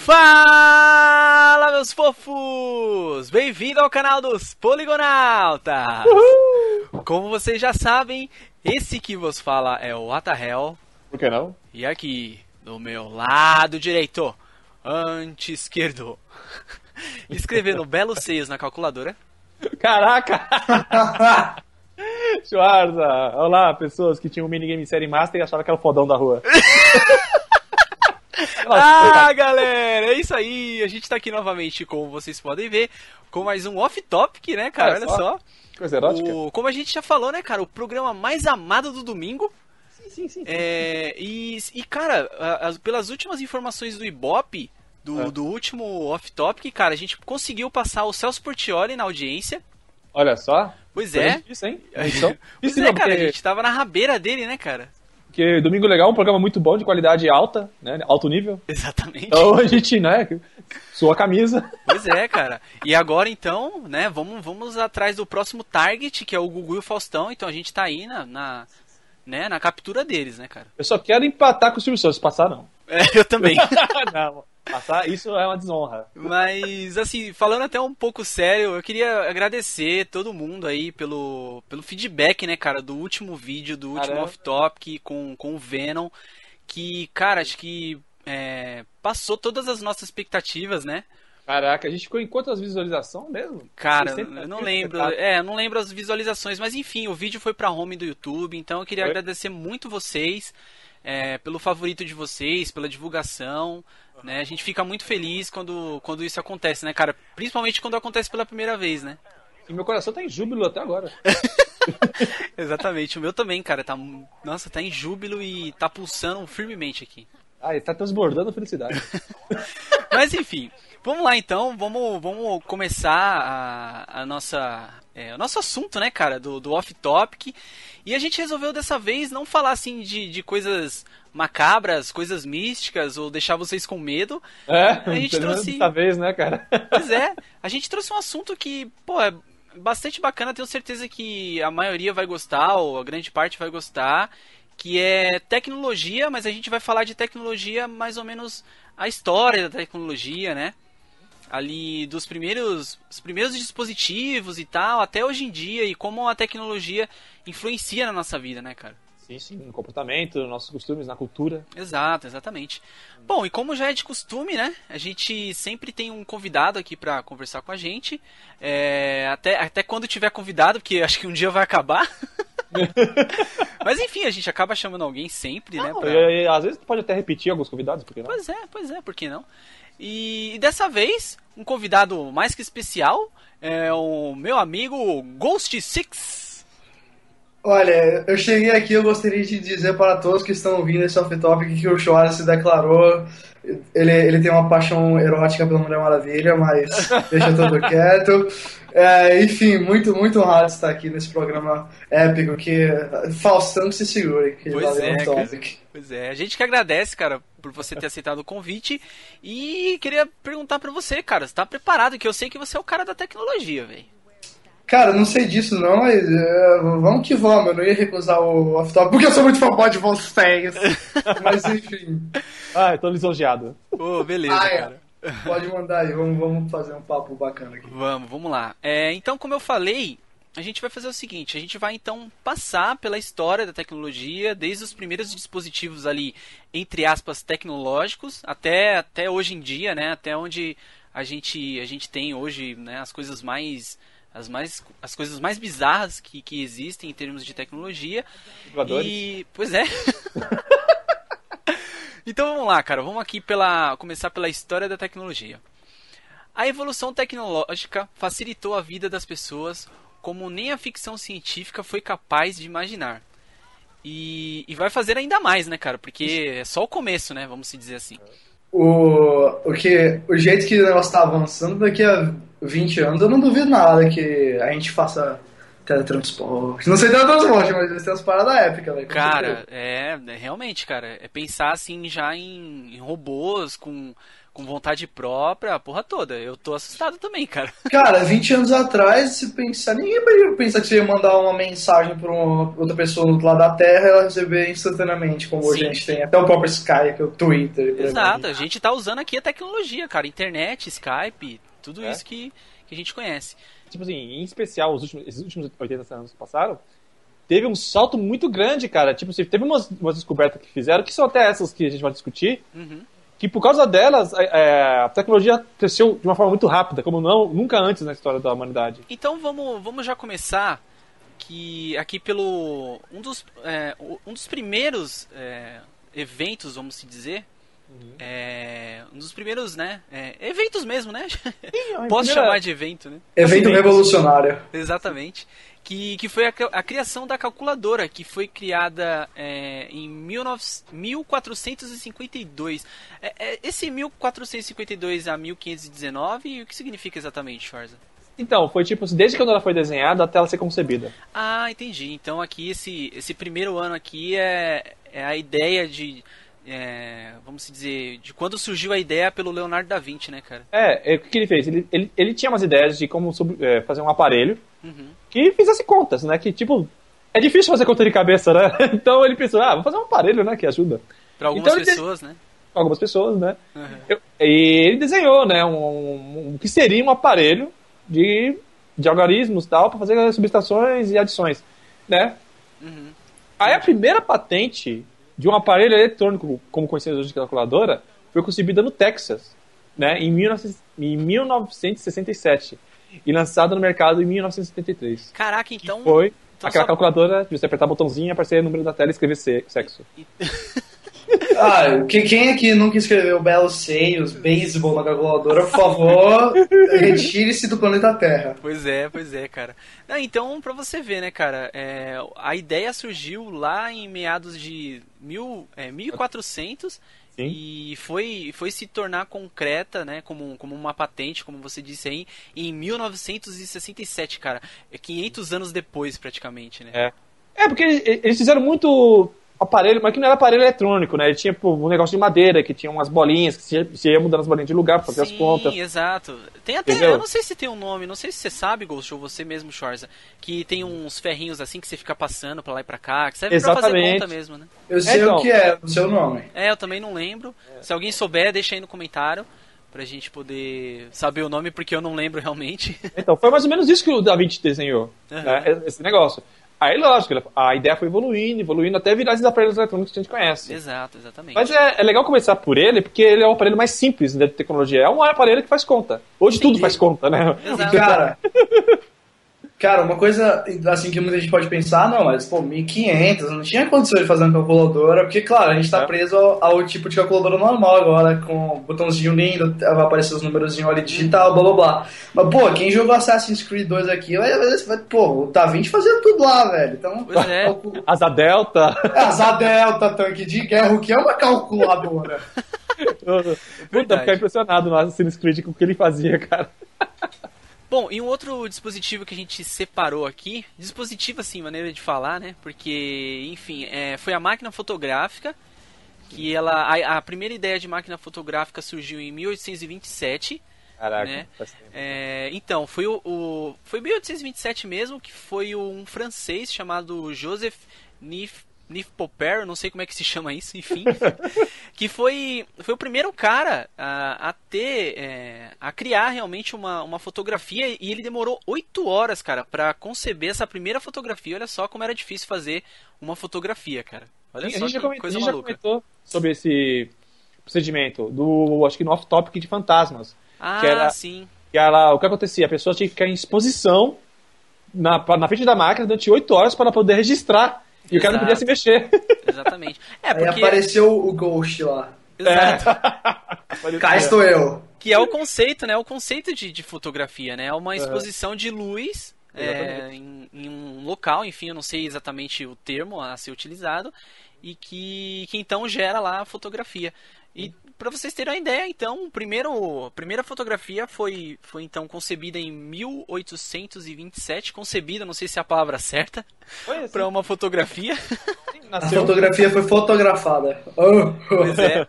Fala, meus fofos! Bem-vindo ao canal dos Poligonautas! Como vocês já sabem, esse que vos fala é o Atahel. Por que não? E aqui, do meu lado direito, anti-esquerdo, escrevendo belos seios na calculadora. Caraca! Schwarza! Olá, pessoas que tinham um minigame série Master e achavam que era o fodão da rua. Ah, galera, é isso aí. A gente tá aqui novamente, como vocês podem ver, com mais um off-topic, né, cara? Olha só. Coisa erótica. Como a gente já falou, né, cara? O programa mais amado do domingo. Sim. Cara, pelas últimas informações do Ibope, do último off-topic, cara, a gente conseguiu passar o Celso Portiolli na audiência. Olha só. Pois é. Isso, hein? Pois é, cara, a gente tava na rabeira dele, né, cara? Porque Domingo Legal é um programa muito bom, de qualidade alta, né? Alto nível. Exatamente. Então a gente, né, sua camisa. Pois é, cara. E agora, então, né, vamos atrás do próximo target, que é o Gugu e o Faustão. Então a gente tá aí na captura deles, né, cara? Eu só quero empatar com o Silvio Santos, passar não. Eu também. Não, passar, isso é uma desonra. Mas, assim, falando até um pouco sério, eu queria agradecer todo mundo aí pelo feedback, né, cara, do último vídeo, do último off-topic com o Venom, que, cara, acho que passou todas as nossas expectativas, né? Caraca, a gente ficou em quantas visualizações mesmo? Cara, eu não lembro. Eu não lembro as visualizações, mas enfim, o vídeo foi pra home do YouTube, então eu queria agradecer muito vocês, pelo favorito de vocês, pela divulgação, né? A gente fica muito feliz quando isso acontece, né, cara? Principalmente quando acontece pela primeira vez, né? E meu coração tá em júbilo até agora. Exatamente, o meu também, cara, tá em júbilo e tá pulsando firmemente aqui. Ah, ele tá transbordando felicidade. Mas enfim, vamos lá então, vamos começar o nosso assunto, né, cara, do off-topic. E a gente resolveu dessa vez não falar assim de coisas macabras, coisas místicas, ou deixar vocês com medo. A gente trouxe dessa vez, né, cara? Pois é, a gente trouxe um assunto que, pô, é bastante bacana, tenho certeza que a maioria vai gostar, ou a grande parte vai gostar, que é tecnologia, mas a gente vai falar de tecnologia mais ou menos a história da tecnologia, né? Ali dos primeiros dispositivos e tal, até hoje em dia, e como a tecnologia influencia na nossa vida, né, cara? Sim, no comportamento, nos nossos costumes, na cultura. Exatamente. Bom, e como já é de costume, né, a gente sempre tem um convidado aqui pra conversar com a gente, até quando tiver convidado, porque acho que um dia vai acabar. Mas enfim, a gente acaba chamando alguém sempre, né? Às vezes pode até repetir alguns convidados, por que não? Pois é, por que não? E dessa vez, um convidado mais que especial é o meu amigo Ghost Six. Olha, eu cheguei aqui, eu gostaria de dizer para todos que estão ouvindo esse off-topic que o Schwarz se declarou. Ele tem uma paixão erótica pela Mulher Maravilha, mas deixa tudo quieto. Enfim, muito honrado de estar aqui nesse programa épico que Faustão que se segure. Que pois é, a gente que agradece, cara, por você ter aceitado o convite. E queria perguntar pra você, cara, você tá preparado? Que eu sei que você é o cara da tecnologia, velho. Cara, não sei disso não, mas vamos que vamos, eu não ia recusar o off-topic, porque eu sou muito fanboy de vocês. Mas enfim. Eu tô lisonjeado. Beleza, cara. Pode mandar aí, vamos fazer um papo bacana aqui. Vamos lá. Então, como eu falei, a gente vai fazer o seguinte, a gente vai então passar pela história da tecnologia, desde os primeiros dispositivos ali, entre aspas, tecnológicos, até hoje em dia, né, até onde a gente tem hoje, né, as coisas mais bizarras que existem em termos de tecnologia. Voadores. Pois é. Então vamos lá, cara. Vamos aqui começar pela história da tecnologia. A evolução tecnológica facilitou a vida das pessoas como nem a ficção científica foi capaz de imaginar. E vai fazer ainda mais, né, cara? Porque é só o começo, né? Vamos se dizer assim. O jeito que o negócio tá avançando, daqui a 20 anos, eu não duvido nada que a gente faça Teletransporte. Não sei teletransporte, mas eles têm umas paradas épicas, velho. Cara, realmente, cara, é pensar assim já em robôs com vontade própria, a porra toda. Eu tô assustado também, cara. Cara, 20 anos atrás, se pensar, ninguém ia pensar que você ia mandar uma mensagem pra uma outra pessoa do outro lado da Terra e ela receber instantaneamente, como hoje a gente tem. Até o próprio Skype, o Twitter. Exato, a gente tá usando aqui a tecnologia, cara. Internet, Skype, tudo isso que a gente conhece. Tipo assim, em especial, esses últimos 80 anos que passaram, teve um salto muito grande, cara. Tipo assim, teve umas descobertas que fizeram, que são até essas que a gente vai discutir, que por causa delas, a tecnologia cresceu de uma forma muito rápida, como nunca antes na história da humanidade. Então vamos já começar aqui pelo um dos primeiros eventos, vamos se dizer. Um dos primeiros, né? Eventos mesmo, né? Posso chamar de evento, né? Evento revolucionário. Exatamente. Que foi a criação da calculadora, que foi criada em 1452. Esse 1452 a 1519, o que significa exatamente, Schwarza? Então, foi tipo, desde quando ela foi desenhada até ela ser concebida. Ah, entendi. Então aqui, esse primeiro ano aqui é a ideia vamos dizer, de quando surgiu a ideia pelo Leonardo da Vinci, né, cara? O que ele fez? Ele tinha umas ideias de como fazer um aparelho que fizesse contas, né? Que, tipo, é difícil fazer conta de cabeça, né? Então ele pensou, vou fazer um aparelho, né, que ajuda. Para algumas pessoas, né? Para algumas pessoas, né? E ele desenhou, né, um que seria um aparelho de algarismos e tal, para fazer subtrações e adições, né? Aí a primeira patente de um aparelho eletrônico, como conhecido hoje de calculadora, foi concebida no Texas, né, em 1967, e lançada no mercado em 1973. Caraca, então... Foi aquela calculadora de você apertar o botãozinho, aparecer o número da tela e escrever sexo. Quem aqui nunca escreveu belos seios, beisebol na calculadora, por favor, retire-se do planeta Terra. Pois é, cara. Então, pra você ver, né, cara, a ideia surgiu lá em meados de 1400 e foi se tornar concreta, né, como uma patente, como você disse aí, em 1967, cara. 500 anos depois, praticamente, né? Porque eles fizeram muito aparelho, mas que não era aparelho eletrônico, né? Ele tinha um negócio de madeira, que tinha umas bolinhas, que você ia mudando as bolinhas de lugar pra fazer as contas. Sim, exato. Tem até, eu não sei se tem um nome, não sei se você sabe, Ghost, ou você mesmo, Schwarza, que tem uns ferrinhos assim que você fica passando pra lá e pra cá, que serve pra fazer conta mesmo, né? Eu sei o que é, o seu nome. Eu também não lembro. Se alguém souber, deixa aí no comentário pra gente poder saber o nome, porque eu não lembro realmente. Então, foi mais ou menos isso que o Da Vinci desenhou, né? Esse negócio. Aí, lógico, a ideia foi evoluindo até virar esses aparelhos eletrônicos que a gente conhece. Exatamente. Mas é legal começar por ele, porque ele é o aparelho mais simples de tecnologia. É um aparelho que faz conta. Hoje tudo faz conta, né? Exato. Cara, uma coisa assim que muita gente pode pensar, não, mas pô, 1500, não tinha condição de fazer uma calculadora, porque claro, a gente tá preso ao tipo de calculadora normal agora, com botãozinho lindo, vai aparecer os númerozinhos ali digital, blá blá blá. Mas pô, quem jogou Assassin's Creed 2 aqui, pô, o Da Vinci fazia tudo lá, velho. Então, Asa Delta. Asa Delta, tanque de guerra, o que é uma calculadora? Puta, ficar impressionado no Assassin's Creed com o que ele fazia, cara. Bom, e um outro dispositivo que a gente separou aqui, dispositivo assim, maneira de falar, né? Porque, enfim, foi a máquina fotográfica, que a primeira ideia de máquina fotográfica surgiu em 1827. Caraca, né? Então, foi 1827 mesmo, que foi um francês chamado Joseph Nif-Popper, não sei como é que se chama isso, enfim, que foi o primeiro cara a criar realmente uma fotografia, e ele demorou 8 horas, cara, pra conceber essa primeira fotografia. Olha só como era difícil fazer uma fotografia, cara. Olha só que coisa maluca. A gente já comentou sobre esse procedimento, acho que no off-topic de fantasmas. Sim. Que era, o que acontecia? A pessoa tinha que ficar em exposição na frente da máquina durante 8 horas para poder registrar. E o cara não podia se mexer. Exatamente. Aí apareceu o Ghost lá. Exato. Cá estou eu. Que é o conceito, né? O conceito de fotografia, né? É uma exposição de luz em um local, enfim, eu não sei exatamente o termo a ser utilizado, e que então gera lá a fotografia. E para vocês terem uma ideia, então, a primeira fotografia foi então concebida em 1827, concebida, não sei se é a palavra certa, para uma fotografia. A fotografia foi fotografada. Oh. Pois é.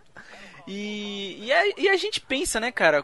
E a gente pensa, né, cara,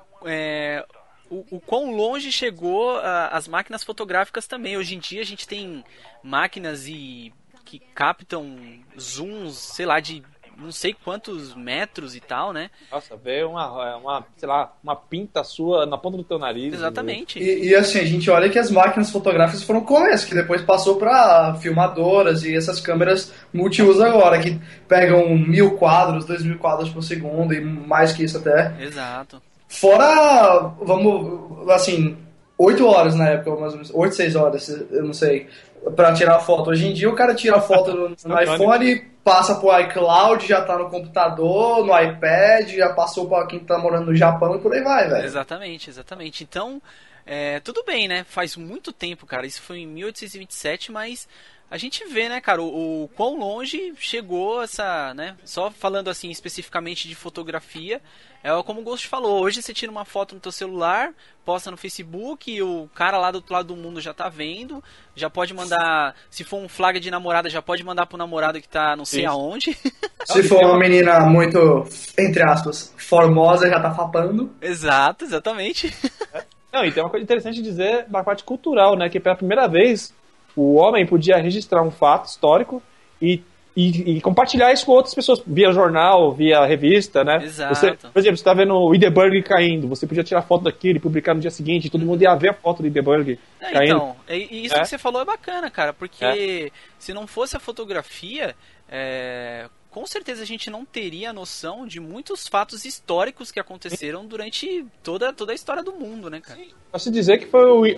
o quão longe chegou as máquinas fotográficas também. Hoje em dia a gente tem máquinas que captam zooms, sei lá, de não sei quantos metros e tal, né? Nossa, vê sei lá, uma pinta sua na ponta do teu nariz. Exatamente. E assim, a gente olha que as máquinas fotográficas foram o começo, que depois passou para filmadoras e essas câmeras multiuso agora, que pegam 1.000 quadros, 2.000 quadros por segundo e mais que isso até. Exato. Fora, vamos, assim, 8 horas na época, mais ou menos, 8, 6 horas, eu não sei, pra tirar foto. Hoje em dia o cara tira a foto no iPhone, passa pro iCloud, já tá no computador, no iPad, já passou pra quem tá morando no Japão e por aí vai, velho. Exatamente. Então, tudo bem, né? Faz muito tempo, cara. Isso foi em 1827, mas a gente vê, né, cara, o quão longe chegou essa, né? Só falando assim especificamente de fotografia, como o Ghost falou, hoje você tira uma foto no teu celular, posta no Facebook, e o cara lá do outro lado do mundo já tá vendo, já pode mandar, se for um flagra de namorada, já pode mandar pro namorado que tá não sei aonde. Se for uma menina muito, entre aspas, formosa, já tá fapando. Exato, exatamente. Não, e tem uma coisa interessante de dizer na parte cultural, né, que pela primeira vez o homem podia registrar um fato histórico e compartilhar isso com outras pessoas, via jornal, via revista, né? Exato. Por exemplo, você está vendo o Hindenburg caindo, você podia tirar foto daquilo e publicar no dia seguinte, todo mundo ia ver a foto do Hindenburg caindo. Então, isso que você falou é bacana, cara, porque se não fosse a fotografia, com certeza a gente não teria noção de muitos fatos históricos que aconteceram durante toda a história do mundo, né, cara? Posso dizer que foi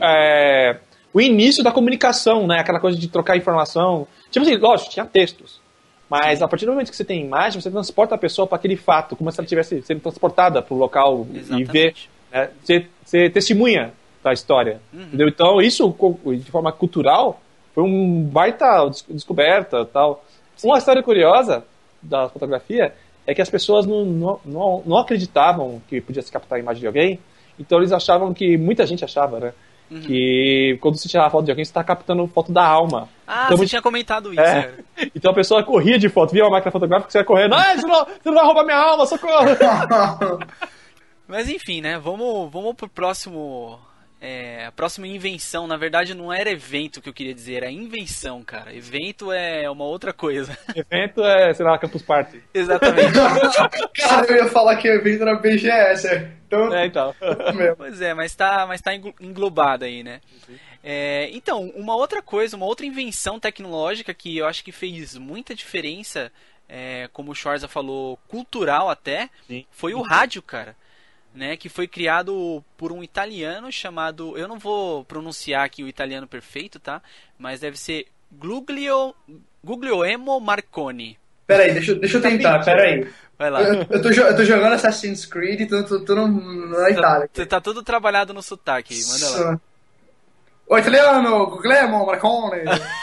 o início da comunicação, né? Aquela coisa de trocar informação. Tipo assim, lógico, tinha textos. Mas a partir do momento que você tem imagem, você transporta a pessoa para aquele fato, como se ela estivesse sendo transportada para o local. Exatamente. E ver. Né? Você testemunha da história. Entendeu? Então, isso, de forma cultural, foi um baita descoberta tal. Sim. Uma história curiosa da fotografia é que as pessoas não acreditavam que podia se captar a imagem de alguém, então eles achavam que, muita gente achava, né? Que quando você tirar a foto de alguém, você está captando foto da alma. Então, você tinha comentado isso, cara. Então a pessoa corria de foto, via uma máquina fotográfica, você ia correndo, você não vai roubar minha alma, socorro! Mas enfim, né, vamos pro próximo... a próxima invenção, na verdade não era evento que eu queria dizer, era invenção, cara. Evento é uma outra coisa. Evento é, sei lá, Campus Party. Exatamente. Cara, eu ia falar que o evento era BGS, então... então. Pois é, mas tá englobado aí, né? Então, uma outra coisa, uma outra invenção tecnológica que eu acho que fez muita diferença, como o Schwarza falou, cultural até, foi o rádio, cara. Né, que foi criado por um italiano chamado... Eu não vou pronunciar aqui o italiano perfeito, tá? Mas deve ser Guglielmo Marconi. Peraí, deixa eu tentar, peraí. Vai lá. Eu tô jogando Assassin's Creed, então tô na Itália. Você tá tudo trabalhado no sotaque, manda lá. O italiano, Guglielmo Marconi.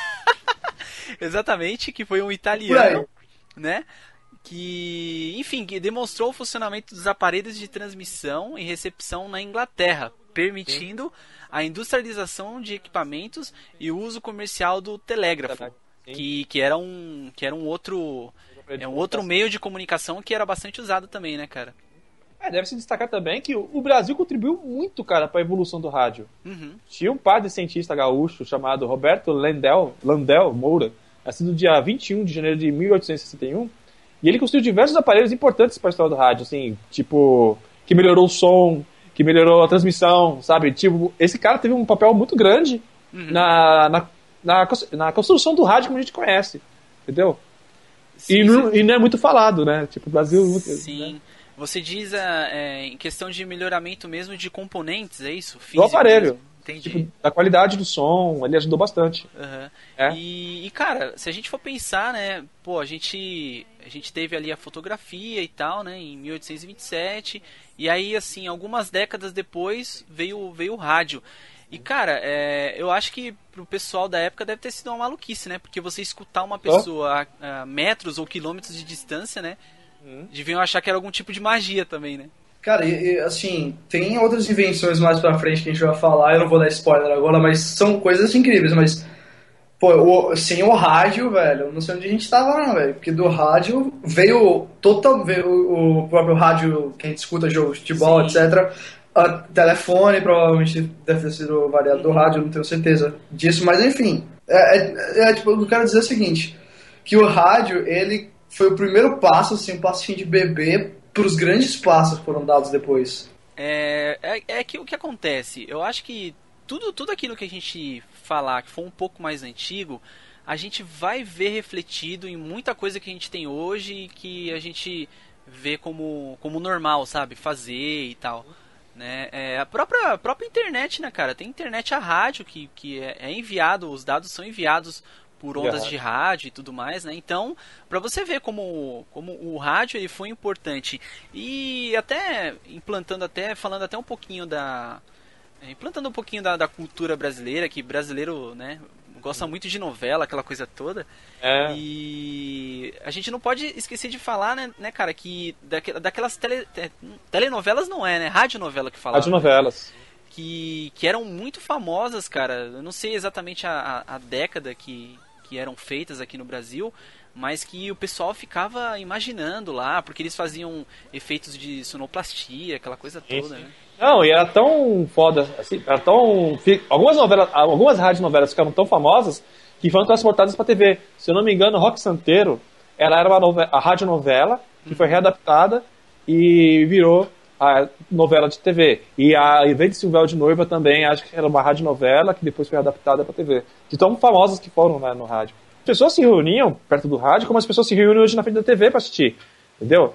Exatamente, que foi um italiano, né? Que, enfim, que demonstrou o funcionamento dos aparelhos de transmissão e recepção na Inglaterra, permitindo a industrialização de equipamentos e o uso comercial do telégrafo, que era um outro meio de comunicação que era bastante usado também, né, cara? Deve-se destacar também que o Brasil contribuiu muito, cara, para a evolução do rádio. Tinha um padre cientista gaúcho chamado Roberto Landel Moura, nascido no dia 21 de janeiro de 1861, e ele construiu diversos aparelhos importantes para a história do rádio, assim, tipo, que melhorou o som, que melhorou a transmissão, sabe? Tipo, esse cara teve um papel muito grande na construção do rádio como a gente conhece, entendeu? Sim, e não é muito falado, né? Tipo, o Brasil... Sim. Né? Você diz em questão de melhoramento mesmo de componentes, é isso? Do aparelho. Mesmo. Entendi. Tipo, da qualidade do som, ele ajudou bastante. E, cara, se a gente for pensar, né, pô, a gente teve ali a fotografia e tal, né, em 1827, e aí, assim, algumas décadas depois veio o rádio. E, cara, eu acho que pro pessoal da época deve ter sido uma maluquice, né, porque você escutar uma pessoa a metros ou quilômetros de distância, né, deviam achar que era algum tipo de magia também, né? Cara, assim, tem outras invenções mais pra frente que a gente vai falar, eu não vou dar spoiler agora, mas são coisas incríveis, mas, pô, sem o rádio, velho, eu não sei onde a gente tava não, velho, porque do rádio veio o próprio rádio que a gente escuta jogo de futebol, Sim. etc., telefone provavelmente deve ter sido variado do rádio, não tenho certeza disso, mas enfim, tipo, eu quero dizer o seguinte, que o rádio, ele foi o primeiro passo, assim, um passinho de bebê para os grandes passos que foram dados depois. É que o que acontece, eu acho que tudo aquilo que a gente falar que for um pouco mais antigo, a gente vai ver refletido em muita coisa que a gente tem hoje e que a gente vê como normal, sabe? Fazer e tal. Né? A própria internet, né, cara? Tem internet a rádio que é enviado, os dados são enviados por ondas de rádio e tudo mais, né? Então, para você ver como o rádio ele foi importante e até falando até um pouquinho implantando um pouquinho da cultura brasileira, que brasileiro, né, gosta muito de novela, aquela coisa toda. E a gente não pode esquecer de falar, né, cara, que daquelas telenovelas não é, né? Radionovela que falava. Radionovelas. Que eram muito famosas, cara. Eu não sei exatamente a década que eram feitas aqui no Brasil, mas que o pessoal ficava imaginando lá, porque eles faziam efeitos de sonoplastia, aquela coisa toda, né? Não, e era tão foda, assim, era tão... Algumas radionovelas ficaram tão famosas que foram transportadas pra TV. Se eu não me engano, Rock Santeiro era a radionovela que foi readaptada e virou a novela de TV. E a Ivete Silvéu de Noiva também, acho que era uma radionovela que depois foi adaptada pra TV. De tão famosas que foram, né, no rádio. As pessoas se reuniam perto do rádio como as pessoas se reúnem hoje na frente da TV pra assistir. Entendeu?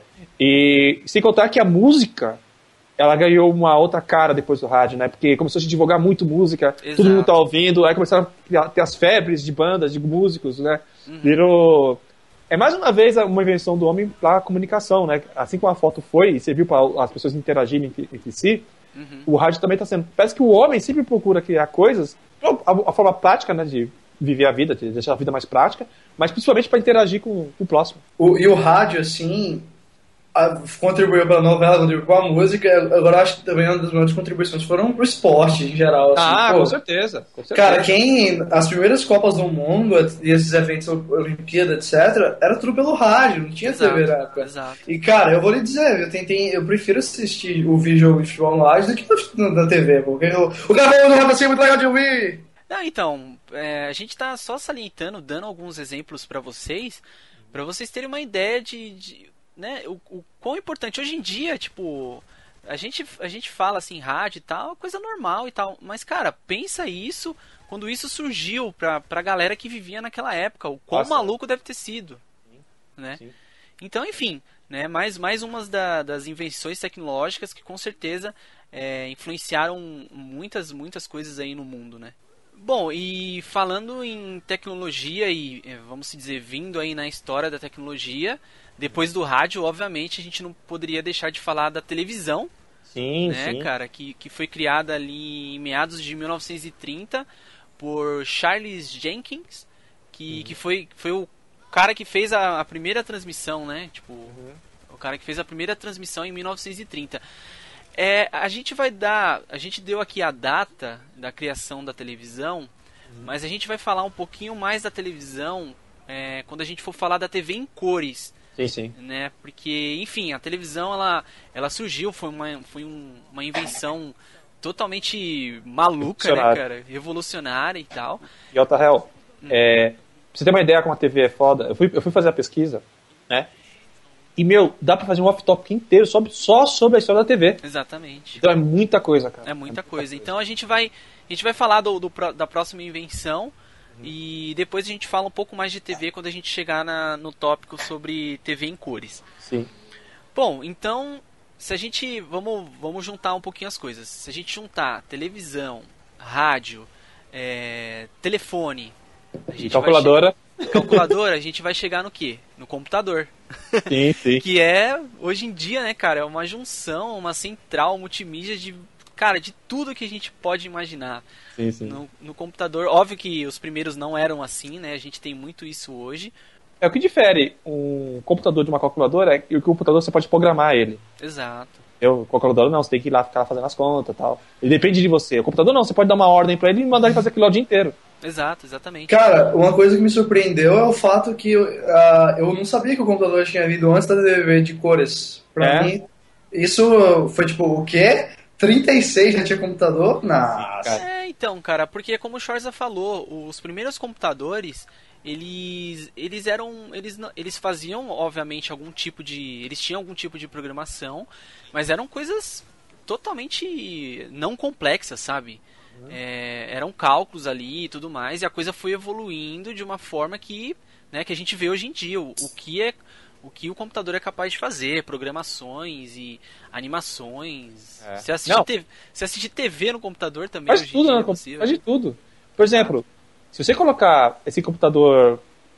E sem contar que a música, ela ganhou uma outra cara depois do rádio, né? Porque começou a se divulgar muito música, Exato. Todo mundo tá ouvindo, aí começaram a ter as febres de bandas, de músicos, né? Virou... É mais uma vez uma invenção do homem para comunicação, né? Assim como a foto foi e serviu para as pessoas interagirem entre si, o rádio também está sendo... Parece que o homem sempre procura criar coisas, a forma prática, né, de viver a vida, de deixar a vida mais prática, mas principalmente para interagir com o próximo. E o rádio, assim, contribuiu para a novela, contribuiu com a música. Agora eu acho que também uma das maiores contribuições foram pro esporte em geral. Assim, Com certeza. Cara, as primeiras Copas do Mundo e esses eventos, Olimpíada, etc., era tudo pelo rádio, não tinha TV na época. Exato. E cara, eu vou lhe dizer, eu prefiro assistir ouvir jogo de futebol no rádio do que na TV, porque o cara não vai ser muito legal de ouvir. Não, então, a gente tá só salientando, dando alguns exemplos para vocês terem uma ideia de né, o quão importante hoje em dia, tipo, a gente fala assim, rádio e tal, coisa normal e tal, mas cara, pensa isso quando isso surgiu pra galera que vivia naquela época, o quão maluco deve ter sido, né? Sim. Então, enfim, né, mais umas das invenções tecnológicas que com certeza influenciaram muitas coisas aí no mundo, né? Bom, e falando em tecnologia e, vamos dizer, vindo aí na história da tecnologia, depois do rádio, obviamente, a gente não poderia deixar de falar da televisão. Sim, né, sim. cara, que foi criada ali em meados de 1930 por Charles Jenkins, que foi o cara que fez a primeira transmissão, né? Tipo, o cara que fez a primeira transmissão em 1930. A gente deu aqui a data da criação da televisão, mas a gente vai falar um pouquinho mais da televisão quando a gente for falar da TV em cores. Sim. Né? Porque, enfim, a televisão ela surgiu, foi uma invenção totalmente maluca, né, cara? Revolucionária e tal. E outra real, pra você ter uma ideia como a TV é foda, eu fui fazer a pesquisa, né? E, dá pra fazer um off-topic inteiro só sobre a história da TV. Exatamente. Então é muita coisa, cara. É muita coisa. Então a gente vai falar da próxima invenção e depois a gente fala um pouco mais de TV quando a gente chegar no tópico sobre TV em cores. Sim. Bom, então, se a gente... Vamos juntar um pouquinho as coisas. Se a gente juntar televisão, rádio, telefone... Calculadora. Calculadora, a gente vai chegar no quê? No computador. Sim. Que hoje em dia, né, cara, é uma junção, uma central multimídia de tudo que a gente pode imaginar. Sim. No computador. Óbvio que os primeiros não eram assim, né? A gente tem muito isso hoje. É o que difere um computador de uma calculadora é que o computador você pode programar ele. Exato. O calculador não, você tem que ir lá ficar fazendo as contas e tal. Ele depende de você. O computador não, você pode dar uma ordem pra ele e mandar ele fazer aquilo o dia inteiro. Exato, exatamente. Cara, uma coisa que me surpreendeu é o fato que eu não sabia que o computador tinha vindo antes da TV de cores. Pra mim, isso foi tipo, o quê? 36 já tinha computador? Nossa. Então, cara, porque como o Schwarza falou, os primeiros computadores, eles faziam, obviamente, eles tinham algum tipo de programação, mas eram coisas totalmente não complexas, sabe? Eram cálculos ali e tudo mais, e a coisa foi evoluindo de uma forma que, né, que a gente vê hoje em dia, o que o computador é capaz de fazer, programações e animações. Você assiste TV no computador também faz hoje tudo, em dia né? é possível. Faz de tudo. Por exemplo, se você colocar esse computador,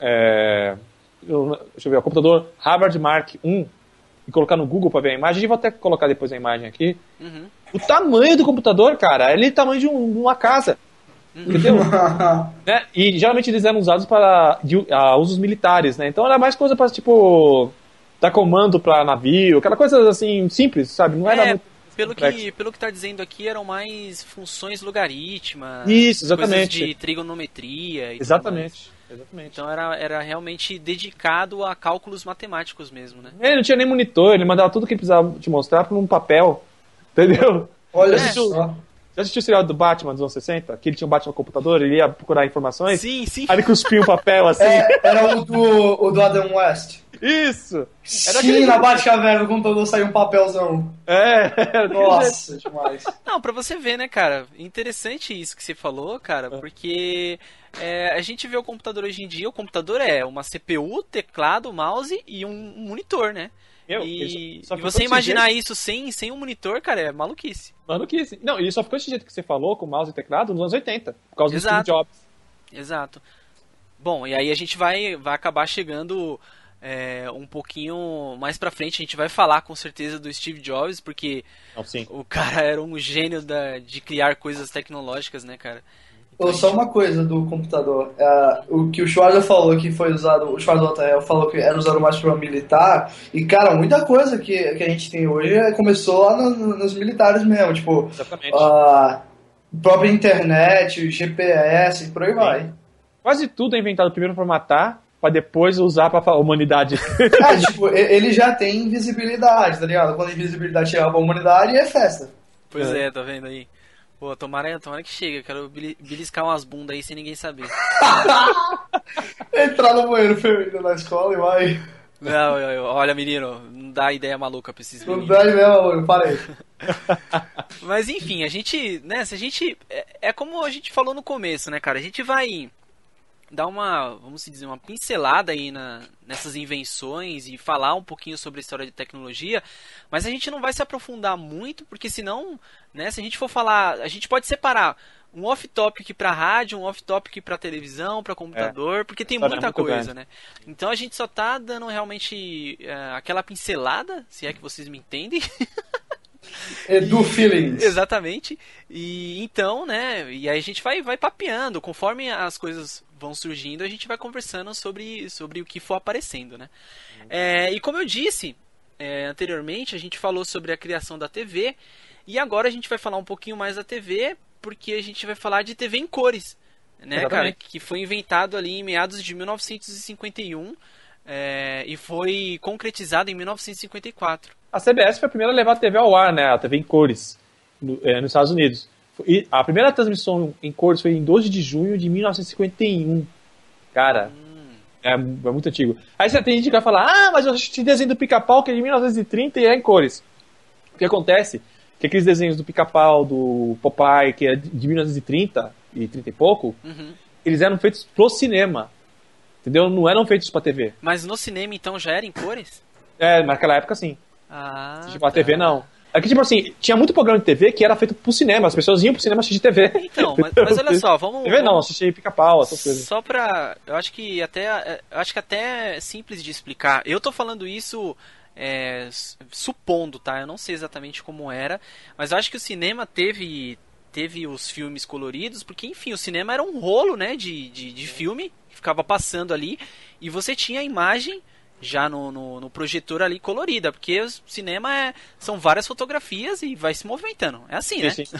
deixa eu ver, o computador Harvard Mark I e colocar no Google para ver a imagem, eu vou até colocar depois a imagem aqui. Uhum. O tamanho do computador, cara, ele é o tamanho de uma casa. Entendeu? Né? E geralmente eles eram usados para usos militares, né? Então era mais coisa para, tipo, dar comando para navio, aquela coisa assim, simples, sabe? Não era muito pelo que tá dizendo aqui, eram mais funções logarítmicas. Isso, exatamente. Coisas de trigonometria. Exatamente. Então era realmente dedicado a cálculos matemáticos mesmo, né? Ele não tinha nem monitor, ele mandava tudo que ele precisava te mostrar por um papel. Entendeu? Olha só. Já assistiu o serial do Batman dos anos 60? Que ele tinha um Batman no computador, ele ia procurar informações? Sim. Aí ele cuspia um papel assim. Era o do Adam West. Isso! Sim, na Batcaverna, no computador saiu um papelzão. Nossa, demais. Não, pra você ver, né, cara? Interessante isso que você falou, cara, porque a gente vê o computador hoje em dia, o computador é uma CPU, teclado, mouse e um monitor, né? E você imaginar isso sem um monitor, cara, é maluquice. Maluquice. Não, e só ficou desse jeito que você falou, com mouse e teclado, nos anos 80, por causa do Steve Jobs. Exato. Bom, e aí a gente vai acabar chegando um pouquinho mais pra frente, a gente vai falar com certeza do Steve Jobs, porque o cara era um gênio de criar coisas tecnológicas, né, cara? Então, só uma coisa do computador. O que o Schwarzer falou que foi usado, o Schwarzer falou que era usado mais para militar, e cara, muita coisa que a gente tem hoje começou lá nos militares mesmo, tipo, a própria internet, GPS, por aí vai. Quase tudo é inventado primeiro para matar, para depois usar para a humanidade. Tipo, ele já tem invisibilidade, tá ligado? Quando a invisibilidade chega pra humanidade, é festa. Pois tá vendo aí? Pô, tomara que chega, eu quero beliscar umas bundas aí sem ninguém saber. Entrar no banheiro feminino na escola e vai. Não, olha, menino, não dá ideia maluca pra esses meninos. Não dá ideia maluca, parei. Mas enfim, a gente, né, se a gente... É como a gente falou no começo, né, cara? A gente vai dar vamos dizer, uma pincelada aí nessas invenções e falar um pouquinho sobre a história de tecnologia, mas a gente não vai se aprofundar muito, porque senão, né, se a gente for falar, a gente pode separar um off-topic para rádio, um off-topic para televisão, para computador, porque tem muita coisa, né? Então a gente só tá dando realmente aquela pincelada, se é que vocês me entendem. Do feelings. Exatamente. E então, né, e aí a gente vai papeando, conforme as coisas vão surgindo, a gente vai conversando sobre o que for aparecendo, né? E como eu disse anteriormente, a gente falou sobre a criação da TV, e agora a gente vai falar um pouquinho mais da TV, porque a gente vai falar de TV em cores, né, cara, que foi inventado ali em meados de 1951 e foi concretizado em 1954. A CBS foi a primeira a levar a TV ao ar, né? A TV em cores, nos Estados Unidos. E a primeira transmissão em cores foi em 12 de junho de 1951. Cara, é muito antigo. Aí você tem gente que vai falar, mas eu assisti desenho do Pica-Pau que é de 1930 e é em cores. O que acontece? Que aqueles desenhos do Pica-Pau, do Popeye, que é de 1930 e 30 e pouco, eles eram feitos pro cinema. Entendeu? Não eram feitos pra TV. Mas no cinema, então, já era em cores? Naquela época, sim. Tipo, a TV não. É que, tipo assim, tinha muito programa de TV que era feito pro cinema. As pessoas iam pro cinema assistir TV. Então, mas olha só, vamos... TV não, assistir Pica-Pau, essas coisas. Só pra... Eu acho que até é simples de explicar. Eu tô falando isso supondo, tá? Eu não sei exatamente como era, mas eu acho que o cinema teve teve os filmes coloridos, porque, enfim, o cinema era um rolo, né, de filme que ficava passando ali, e você tinha a imagem já no projetor ali colorida, porque o cinema são várias fotografias e vai se movimentando. É assim, né? Sim.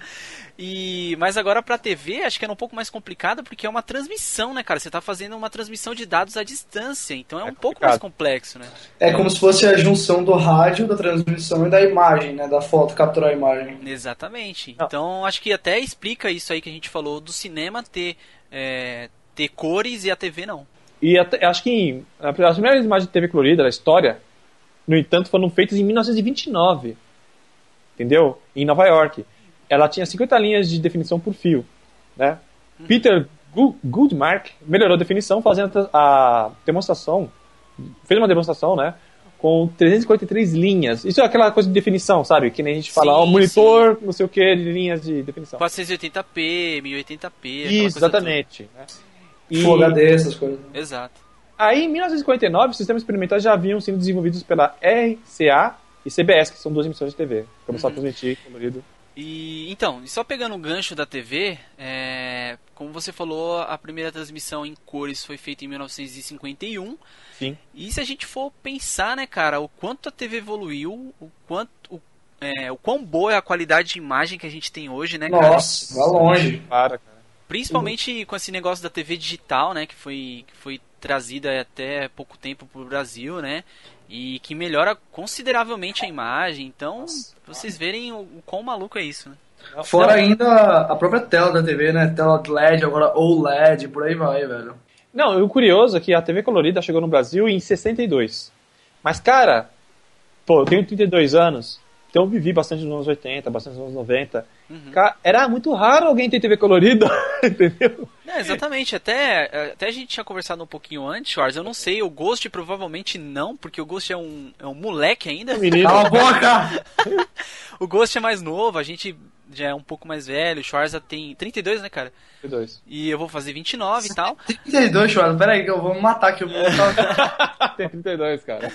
Mas agora pra TV, acho que era um pouco mais complicado, porque é uma transmissão, né, cara? Você tá fazendo uma transmissão de dados à distância, então é um pouco mais complexo, né? É como se fosse a junção do rádio, da transmissão e da imagem, né? Da foto, capturar a imagem. Exatamente. Então, acho que até explica isso aí que a gente falou do cinema ter cores e a TV não. E acho que as primeiras imagens de TV colorida da história, no entanto, foram feitas em 1929. Entendeu? Em Nova York. Ela tinha 50 linhas de definição por fio. Né? Peter Goodmark melhorou a definição fazendo a demonstração. Fez uma demonstração, né? Com 343 linhas. Isso é aquela coisa de definição, sabe? Que nem a gente fala, monitor, não sei o que, de linhas de definição. 480p, 1080p. Isso, exatamente. Né? Full HD, essas coisas. Exato. Aí, em 1959, os sistemas experimentais já haviam sido desenvolvidos pela RCA e CBS, que são duas emissões de TV. Começou a transmitir colorido. E só pegando o gancho da TV, como você falou, a primeira transmissão em cores foi feita em 1951. Sim. E se a gente for pensar, né, cara, o quanto a TV evoluiu, o quão boa é a qualidade de imagem que a gente tem hoje, né, cara? Nossa, vai longe. Cara. Principalmente com esse negócio da TV digital, né, que foi trazida até pouco tempo pro Brasil, né, e que melhora consideravelmente a imagem. Então, vocês verem o quão maluco é isso, né? Fora ainda a própria tela da TV, né, tela de LED, agora OLED, por aí vai, velho. Não, o curioso é que a TV colorida chegou no Brasil em 62. Mas, cara, eu tenho 32 anos, então eu vivi bastante nos anos 80, bastante nos anos 90. Cara, era muito raro alguém ter TV colorida, entendeu? Exatamente, até a gente tinha conversado um pouquinho antes, Schwarz, eu não sei, o Ghost provavelmente não, porque o Ghost é um moleque ainda. Menino. Cala a boca! O Ghost é mais novo, a gente já é um pouco mais velho, o Schwarz tem 32, né, cara? 32. E eu vou fazer 29 e tal. 32, Schwarz, peraí que eu vou me matar aqui. Tem 32, cara.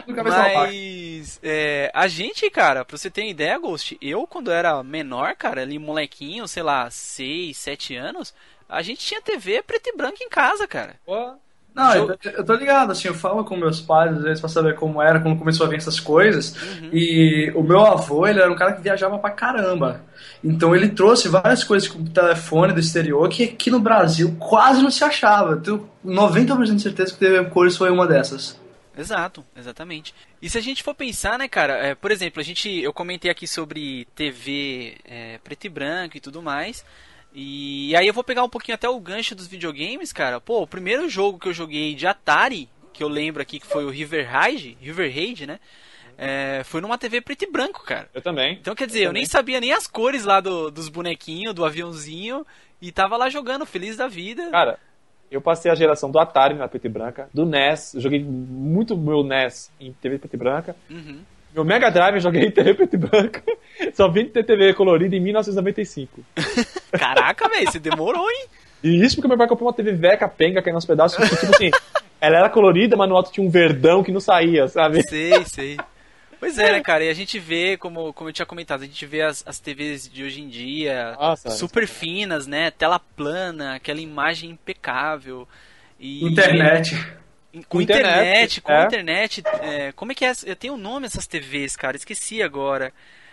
Mas a gente, cara, pra você ter ideia, Ghost, eu quando era menor, cara, ali molequinho, sei lá, 6, 7 anos, a gente tinha TV preto e branco em casa, cara. Pô. Não, eu tô ligado, assim, eu falo com meus pais, às vezes, pra saber como era, quando começou a ver essas coisas, e o meu avô, ele era um cara que viajava pra caramba, então ele trouxe várias coisas com o telefone do exterior que aqui no Brasil quase não se achava. Eu tenho 90% de certeza que TV cores foi uma dessas. Exato, exatamente. E se a gente for pensar, né, cara, por exemplo, eu comentei aqui sobre TV preto e branco e tudo mais, e aí eu vou pegar um pouquinho até o gancho dos videogames, cara. Pô, o primeiro jogo que eu joguei de Atari, que eu lembro aqui que foi o River Raid, né, foi numa TV preto e branco, cara. Eu também. Então, quer dizer, eu nem sabia nem as cores lá dos bonequinhos, do aviãozinho, e tava lá jogando, feliz da vida. Cara, eu passei a geração do Atari na preta e branca, do NES, eu joguei muito meu NES em TV preta e branca. Meu Mega Drive eu joguei em TV preta e branca. Só vim ter TV colorida em 1995. Caraca, velho, você demorou, hein? E isso porque meu pai comprou uma TV velha capenga, caindo aos pedaços, que, tipo assim, ela era colorida, mas no alto tinha um verdão que não saía, sabe? Sei. Pois é, né, cara, e a gente vê, como eu tinha comentado, a gente vê as TVs de hoje em dia, super finas, né, tela plana, aquela imagem impecável. E internet. Com internet. Como é que é? Tem um nome essas TVs, cara, esqueci agora.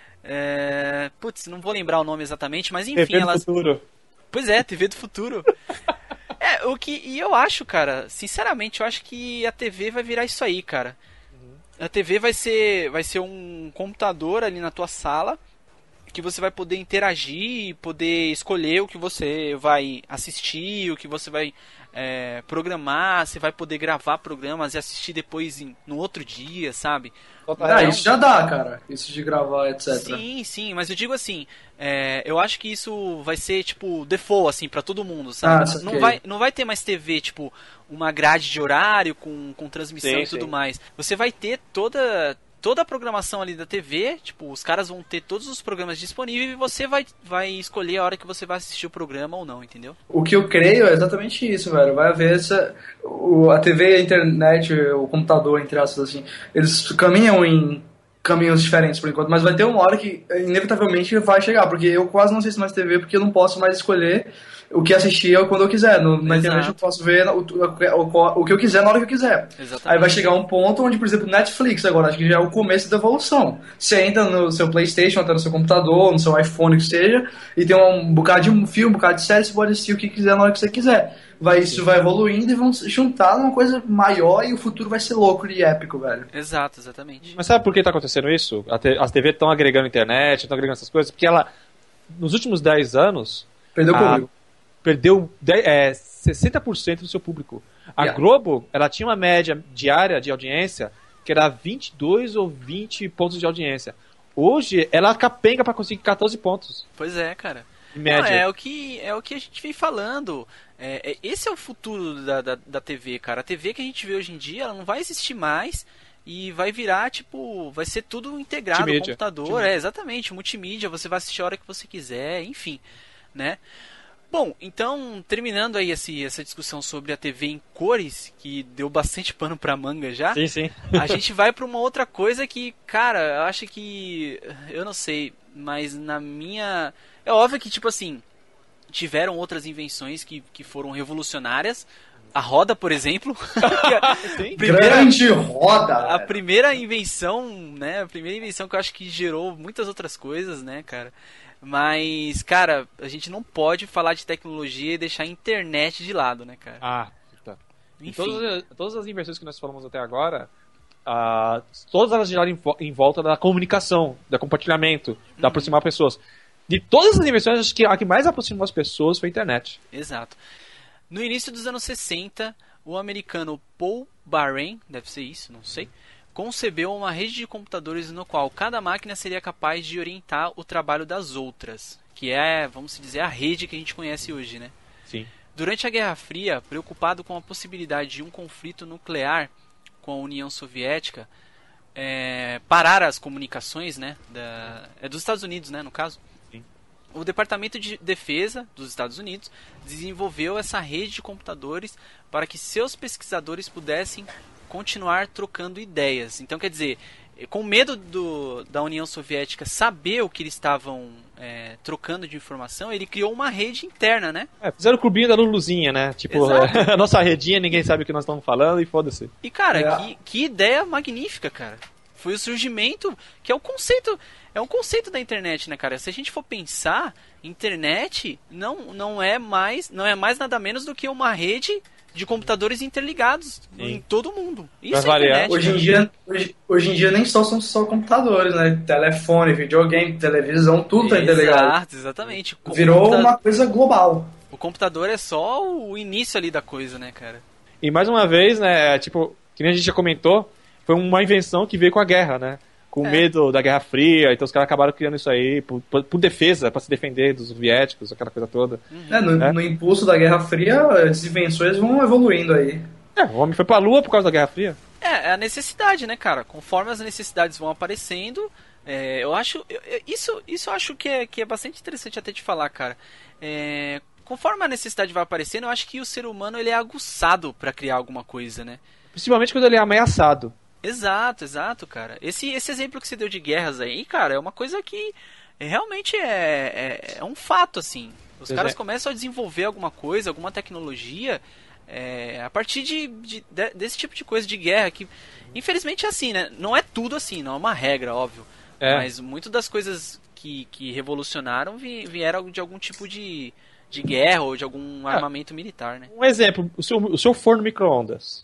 Putz, não vou lembrar o nome exatamente, mas enfim, TV do futuro. Pois é, TV do futuro. E eu acho, cara, sinceramente, eu acho que a TV vai virar isso aí, cara. A TV vai ser um computador ali na tua sala que você vai poder interagir, poder escolher o que você vai assistir, o que você vai programar, você vai poder gravar programas e assistir depois no outro dia, sabe? Isso já dá, cara. Isso de gravar, etc. Sim, mas eu digo assim, eu acho que isso vai ser, tipo, default, assim, pra todo mundo, sabe? Não vai ter mais TV, tipo, uma grade de horário com transmissão e tudo mais. Você vai ter toda a programação ali da TV, tipo, os caras vão ter todos os programas disponíveis e você vai escolher a hora que você vai assistir o programa ou não, entendeu? O que eu creio é exatamente isso, velho. Vai haver a TV, a internet, o computador, entre aspas, assim, eles caminham em caminhos diferentes por enquanto, mas vai ter uma hora que inevitavelmente vai chegar, porque eu quase não assisto mais TV porque eu não posso mais escolher o que assistir quando eu quiser. Na internet eu posso ver o que eu quiser na hora que eu quiser. Exatamente. Aí vai chegar um ponto onde, por exemplo, Netflix agora, acho que já é o começo da evolução. Você entra no seu PlayStation, até no seu computador, no seu iPhone, que seja, e tem um bocado de filme, um bocado de série, você pode assistir o que quiser na hora que você quiser. Isso vai evoluindo e vão se juntar numa coisa maior e o futuro vai ser louco e épico, velho. Exato, exatamente. Mas sabe por que tá acontecendo isso? As TV estão agregando internet, estão agregando essas coisas, porque ela, nos últimos 10 anos... Perdeu o público. Perdeu 60% do seu público. A Globo, ela tinha uma média diária de audiência que era 22 ou 20 pontos de audiência. Hoje, ela capenga para conseguir 14 pontos. Pois é, cara. Média. Não, é o que a gente vem falando. Esse é o futuro da TV, cara. A TV que a gente vê hoje em dia, ela não vai existir mais e vai virar, tipo, vai ser tudo integrado no computador. Exatamente, multimídia, você vai assistir a hora que você quiser, enfim, né? Bom, então, terminando aí essa discussão sobre a TV em cores, que deu bastante pano pra manga já. Sim, sim. A gente vai pra uma outra coisa que, cara, eu acho que... Eu não sei, mas na minha... É óbvio que, tipo assim, tiveram outras invenções que foram revolucionárias. A roda, por exemplo. Grande roda! A primeira invenção, né? A primeira invenção que eu acho que gerou muitas outras coisas, né, cara? Mas, cara, a gente não pode falar de tecnologia e deixar a internet de lado, né, cara? Tá. Enfim. Todas as inversões que nós falamos até agora, todas elas giraram em volta da comunicação, do compartilhamento, da aproximar pessoas. De todas as invenções, acho que a que mais aproximou as pessoas foi a internet. Exato. No início dos anos 60, o americano Paul Barron, deve ser isso, não sei, concebeu uma rede de computadores no qual cada máquina seria capaz de orientar o trabalho das outras, que é, vamos dizer, a rede que a gente conhece hoje, né? Sim. Durante a Guerra Fria, preocupado com a possibilidade de um conflito nuclear com a União Soviética, parar as comunicações, né, dos Estados Unidos, né, no caso, Sim. O Departamento de Defesa dos Estados Unidos desenvolveu essa rede de computadores para que seus pesquisadores pudessem continuar trocando ideias. Então, quer dizer, com medo da União Soviética saber o que eles estavam trocando de informação, ele criou uma rede interna, né? Fizeram o clubinho da Luluzinha, né? Tipo, a nossa redinha, ninguém sabe o que nós estamos falando e foda-se. E, cara, que ideia magnífica, cara. Foi o surgimento, que é um conceito da internet, né, cara? Se a gente for pensar, internet não é mais nada menos do que uma rede de computadores interligados em todo o mundo. Isso é internet. Hoje em dia nem são só computadores, né? Telefone, videogame, televisão, tudo tá interligado. Exatamente. Virou uma coisa global. O computador é só o início ali da coisa, né, cara? E mais uma vez, né, tipo, que nem a gente já comentou, foi uma invenção que veio com a guerra, né? Com medo da Guerra Fria, então os caras acabaram criando isso aí por defesa, para se defender dos soviéticos, aquela coisa toda. No impulso da Guerra Fria, as invenções vão evoluindo aí. O homem foi pra Lua por causa da Guerra Fria. É a necessidade, né, cara? Conforme as necessidades vão aparecendo, eu acho... Isso eu acho que é bastante interessante até de falar, cara. Conforme a necessidade vai aparecendo, eu acho que o ser humano ele é aguçado para criar alguma coisa, né? Principalmente quando ele é ameaçado. Exato, cara. Esse exemplo que você deu de guerras aí, cara, é uma coisa que realmente é um fato, assim. Os caras começam a desenvolver alguma coisa, alguma tecnologia, a partir desse tipo de coisa de guerra, que infelizmente é assim, né? Não é tudo assim, não é uma regra, óbvio. Mas muitas das coisas que revolucionaram vieram de algum tipo de guerra ou de algum armamento militar, né? Um exemplo, o seu forno micro-ondas.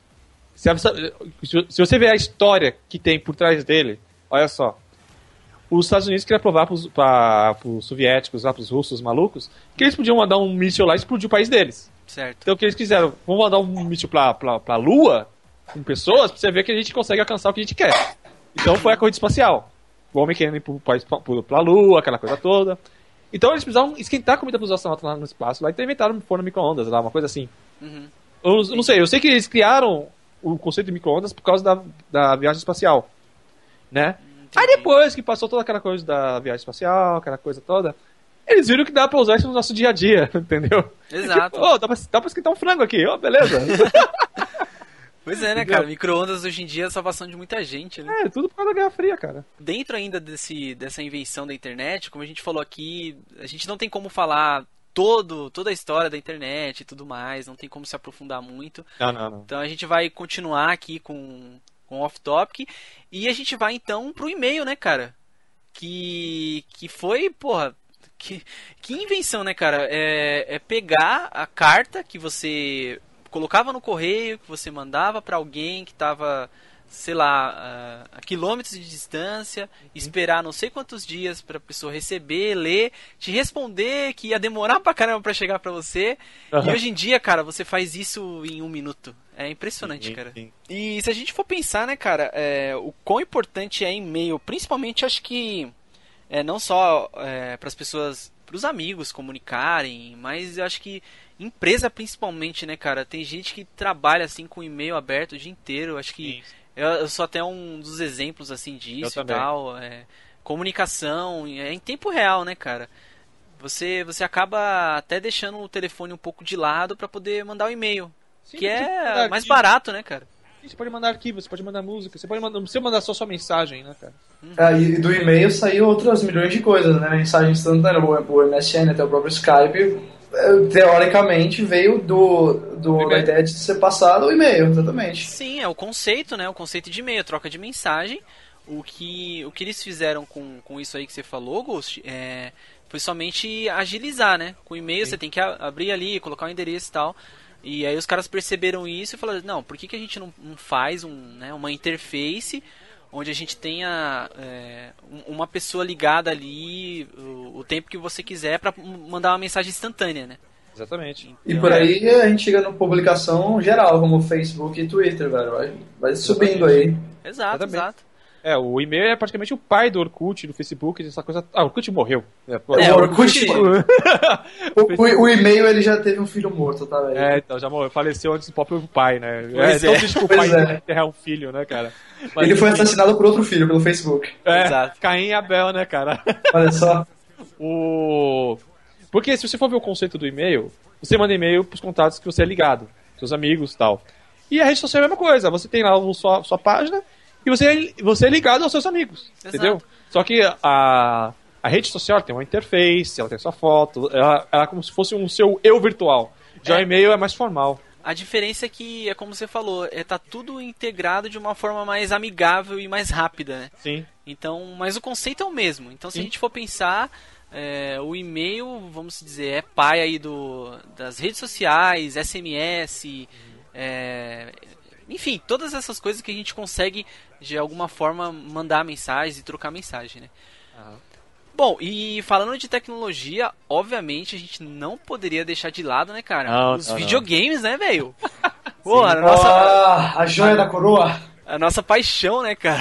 Se você ver a história que tem por trás dele, olha só. Os Estados Unidos queriam provar para os soviéticos, para os russos malucos, que eles podiam mandar um míssil lá e explodir o país deles. Certo. Então o que eles quiseram? Vamos mandar um míssil para a Lua, com pessoas, para você ver que a gente consegue alcançar o que a gente quer. Então foi a corrida espacial. O homem querendo ir para a Lua, aquela coisa toda. Então eles precisavam esquentar a comida para os astronautas lá no espaço, lá, então inventaram um forno micro-ondas, uma coisa assim. Eu não sei, eu sei que eles criaram o conceito de micro-ondas por causa da viagem espacial, né? Aí depois que passou toda aquela coisa da viagem espacial, aquela coisa toda, eles viram que dá pra usar isso no nosso dia a dia, entendeu? Exato. Tipo, dá pra esquentar um frango aqui, beleza. Pois é, né, Entendeu? cara? Micro-ondas hoje em dia é a salvação de muita gente, né? É, tudo por causa da Guerra Fria, cara. Dentro ainda dessa invenção da internet, como a gente falou aqui, a gente não tem como falar toda a história da internet e tudo mais, não tem como se aprofundar muito. Não. Então a gente vai continuar aqui com off-topic e a gente vai então pro e-mail, né, cara? Que foi, porra, que invenção, né, cara? É pegar a carta que você colocava no correio, que você mandava pra alguém que tava, sei lá, a quilômetros de distância, esperar não sei quantos dias pra pessoa receber, ler, te responder, que ia demorar pra caramba pra chegar pra você. E hoje em dia, cara, você faz isso em 1 minuto. É impressionante, cara. Sim. E se a gente for pensar, né, cara, o quão importante é e-mail, principalmente acho que não só para as pessoas, para os amigos comunicarem, mas eu acho que empresa principalmente, né, cara, tem gente que trabalha assim com e-mail aberto o dia inteiro. Acho que eu sou até um dos exemplos assim disso e tal. Comunicação em tempo real, né, cara. Você acaba até deixando o telefone um pouco de lado para poder mandar o e-mail. Sim, Que é mais barato, né, cara? Você pode mandar arquivo, você pode mandar música, você pode mandar, não precisa mandar só sua mensagem, né, cara? E do e-mail saiu outras milhões de coisas, né? Mensagem instantânea, o MSN, até o próprio Skype, teoricamente veio da ideia de ser passado o e-mail, exatamente. Sim, é o conceito, né? O conceito de e-mail, troca de mensagem. O que eles fizeram com isso aí que você falou, Ghost, foi somente agilizar, né? Com o e-mail você tem que abrir ali, colocar o endereço e tal. E aí os caras perceberam isso e falaram, não, por que a gente não faz uma interface onde a gente tenha uma pessoa ligada ali o tempo que você quiser para mandar uma mensagem instantânea, né? Exatamente. Então, e por aí a gente chega na publicação geral, como Facebook e Twitter, velho. Vai subindo aí. Exato. O e-mail é praticamente o pai do Orkut, do Facebook, essa coisa. Ah, o Orkut morreu. O Orkut. O e-mail ele já teve um filho morto, tá, velho? Então já morreu, faleceu antes do próprio pai, né? Tão triste que o pai enterrar um filho, né, cara? Mas, ele foi assassinado por outro filho, pelo Facebook. Exato. Caim e Abel, né, cara? Olha só. Porque se você for ver o conceito do e-mail, você manda e-mail pros contatos que você é ligado, seus amigos e tal. E a rede social é a mesma coisa, você tem lá a sua página e você é ligado aos seus amigos, entendeu? Só que a rede social tem uma interface, ela tem sua foto, ela é como se fosse um seu eu virtual. Já o e-mail é mais formal. A diferença é que, é como você falou, tá tudo integrado de uma forma mais amigável e mais rápida, né? Sim. Então, mas o conceito é o mesmo. Então, se a gente for pensar, o e-mail, vamos dizer, é pai aí das redes sociais, SMS, enfim, todas essas coisas que a gente consegue, de alguma forma, mandar mensagens e trocar mensagem, né? Bom, e falando de tecnologia, obviamente a gente não poderia deixar de lado, né, cara? Os videogames, né, velho? Pô, a joia da coroa. A nossa paixão, né, cara?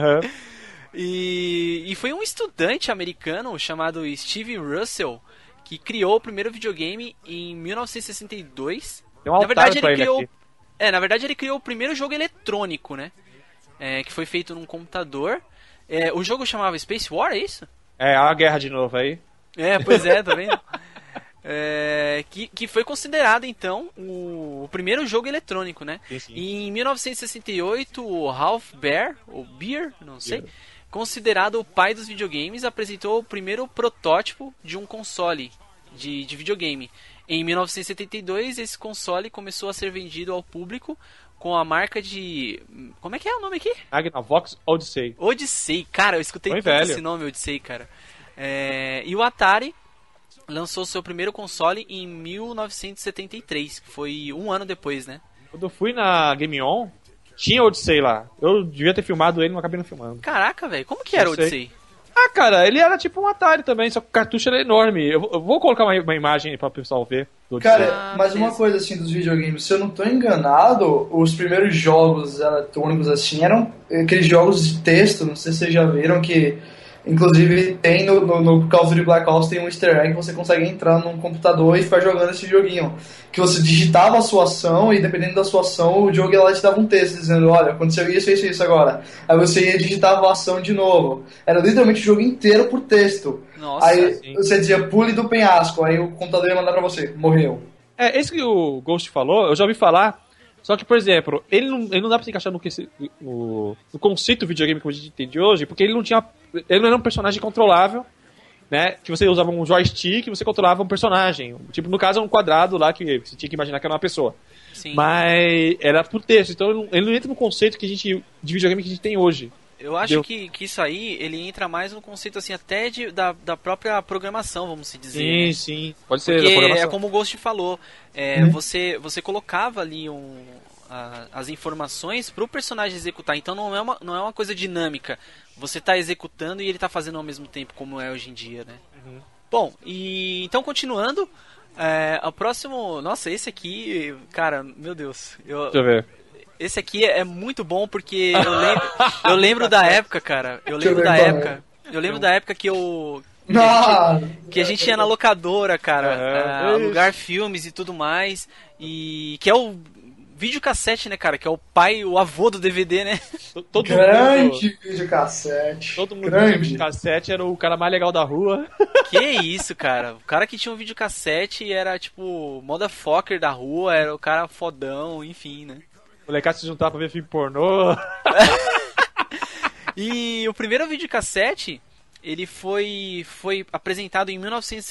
E foi um estudante americano chamado Steve Russell que criou o primeiro videogame em 1962. Na verdade, ele criou o primeiro jogo eletrônico, né? Que foi feito num computador. O jogo chamava Space War, é isso? A guerra de novo aí. Pois é, tá vendo? Que foi considerado, então, o primeiro jogo eletrônico, né? Sim. E em 1968, o Ralph Baer, ou Beer, não sei, considerado o pai dos videogames, apresentou o primeiro protótipo de um console de videogame. Em 1972, esse console começou a ser vendido ao público com a marca de... Como é que é o nome aqui? Magnavox Odyssey. Odyssey, cara, eu escutei tanto esse nome, Odyssey, cara. E o Atari lançou seu primeiro console em 1973, que foi um ano depois, né? Quando eu fui na Game On, tinha Odyssey lá. Eu devia ter filmado ele, mas acabei não filmando. Caraca, velho, como que era o Odyssey? Cara, ele era tipo um Atari também, só que o cartucho era enorme. Eu vou colocar uma imagem para o pessoal ver. Cara, mas uma coisa assim dos videogames, se eu não tô enganado, os primeiros jogos eletrônicos assim eram aqueles jogos de texto, não sei se vocês já viram, que inclusive tem no Call of Duty Black Ops tem um easter egg que você consegue entrar num computador e ficar jogando esse joguinho. Que você digitava a sua ação e dependendo da sua ação, o jogo lá te dava um texto dizendo, olha, aconteceu isso agora. Aí você ia digitar a ação de novo. Era literalmente o jogo inteiro por texto. Nossa, aí você dizia, pule do penhasco, aí o computador ia mandar pra você, morreu. Esse que o Ghost falou, eu já ouvi falar, Só que, por exemplo, ele não dá pra se encaixar no conceito do videogame que a gente entende hoje, porque ele não era um personagem controlável, né? Que você usava um joystick e você controlava um personagem. Tipo, no caso, é um quadrado lá que você tinha que imaginar que era uma pessoa. Sim. Mas era por texto, então ele não entra no conceito de videogame que a gente tem hoje. Eu acho que isso aí, ele entra mais no conceito, assim, até da própria programação, vamos se dizer. Sim, né? sim. Pode ser. Porque é como o Ghost falou, você colocava ali as informações pro personagem executar, então não é uma coisa dinâmica. Você tá executando e ele tá fazendo ao mesmo tempo, como é hoje em dia, né? Uhum. Bom, e então continuando, o próximo... Nossa, esse aqui, cara, meu Deus. Deixa eu ver. Esse aqui é muito bom porque eu lembro da época, cara. Eu lembro da época que a gente ia na locadora, cara, alugar filmes e tudo mais. E que é o videocassete, né, cara? Que é o pai, o avô do DVD, né? Grande videocassete. Todo mundo tinha videocassete, era o cara mais legal da rua. Que isso, cara? O cara que tinha um videocassete era tipo motherfucker da rua, era o cara fodão, enfim, né? O molecada se juntava pra ver filme pornô. E o primeiro videocassete, ele foi apresentado em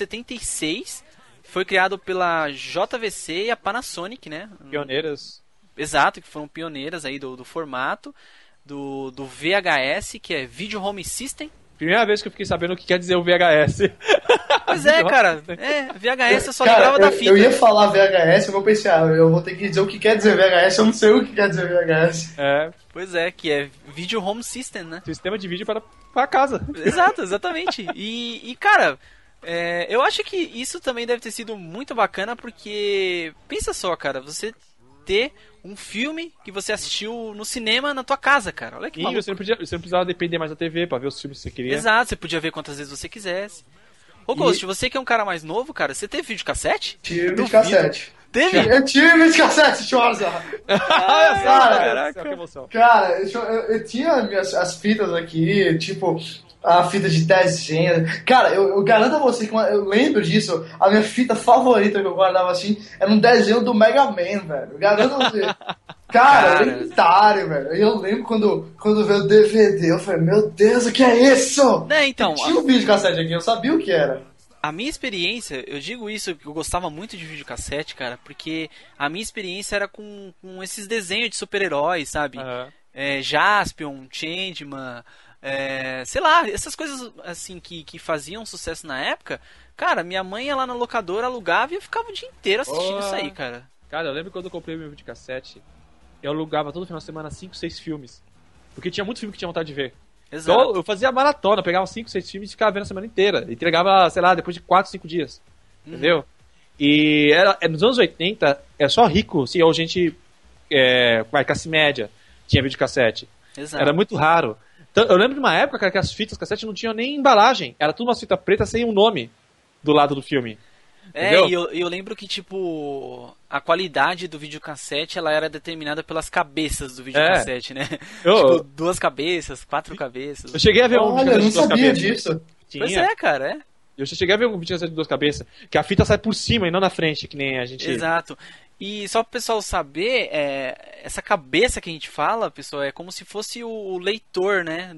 1976. Foi criado pela JVC e a Panasonic, né? Pioneiras. Exato, que foram pioneiras aí do formato. Do VHS, que é Video Home System. Primeira vez que eu fiquei sabendo o que quer dizer o VHS. Pois é, cara. VHS eu só lembrava da fita. Eu ia falar VHS, eu vou pensar, eu vou ter que dizer o que quer dizer VHS, eu não sei o que quer dizer VHS. Pois é, que é Video Home System, né? Sistema de vídeo para casa. Exato, exatamente. E cara, eu acho que isso também deve ter sido muito bacana, porque pensa só, cara, você ter um filme que você assistiu no cinema na tua casa, cara. Olha que maluco. Você não precisava depender mais da TV pra ver os filmes que você queria. Exato, você podia ver quantas vezes você quisesse. Ô, Ghost, você que é um cara mais novo, cara, você teve videocassete? Tive videocassete. Teve? Eu tive videocassete, Schwarza. Caraca, que emoção. Cara, eu tinha as fitas aqui, tipo... A fita de desenho. Cara, eu garanto a você que eu lembro disso. A minha fita favorita que eu guardava assim era um desenho do Mega Man, velho. Eu garanto a você. Cara, lendário, velho. Eu lembro quando veio o DVD, eu falei, meu Deus, o que é isso? Então, tinha um videocassete aqui, eu sabia o que era. A minha experiência, eu digo isso, que eu gostava muito de videocassete, cara, porque a minha experiência era com esses desenhos de super-heróis, sabe? Jaspion, Changeman... sei lá, essas coisas assim que faziam sucesso na época. Cara, minha mãe ia lá na locadora, alugava e eu ficava o dia inteiro assistindo isso aí, cara. Cara, eu lembro quando eu comprei meu videocassete, eu alugava todo final de semana 5, 6 filmes. Porque tinha muito filme que tinha vontade de ver. Exato. Então eu fazia maratona, pegava 5, 6 filmes e ficava vendo a semana inteira. E entregava, sei lá, depois de 4, 5 dias. Entendeu? E nos anos 80, era só rico, assim, ou gente classe média tinha videocassete. Exato. Era muito raro. Então, eu lembro de uma época, cara, que as fitas cassete não tinham nem embalagem. Era tudo uma fita preta sem um nome do lado do filme. E eu lembro que, tipo, a qualidade do videocassete, ela era determinada pelas cabeças do videocassete, né? Tipo, 2 cabeças, 4 cabeças. Eu cheguei a ver um videocassete de 2 cabeças. Eu não sabia disso. Pois é, cara, Eu cheguei a ver um videocassete de 2 cabeças, que a fita sai por cima e não na frente, que nem a gente... Exato. E só para o pessoal saber, essa cabeça que a gente fala, pessoal, é como se fosse o leitor, né?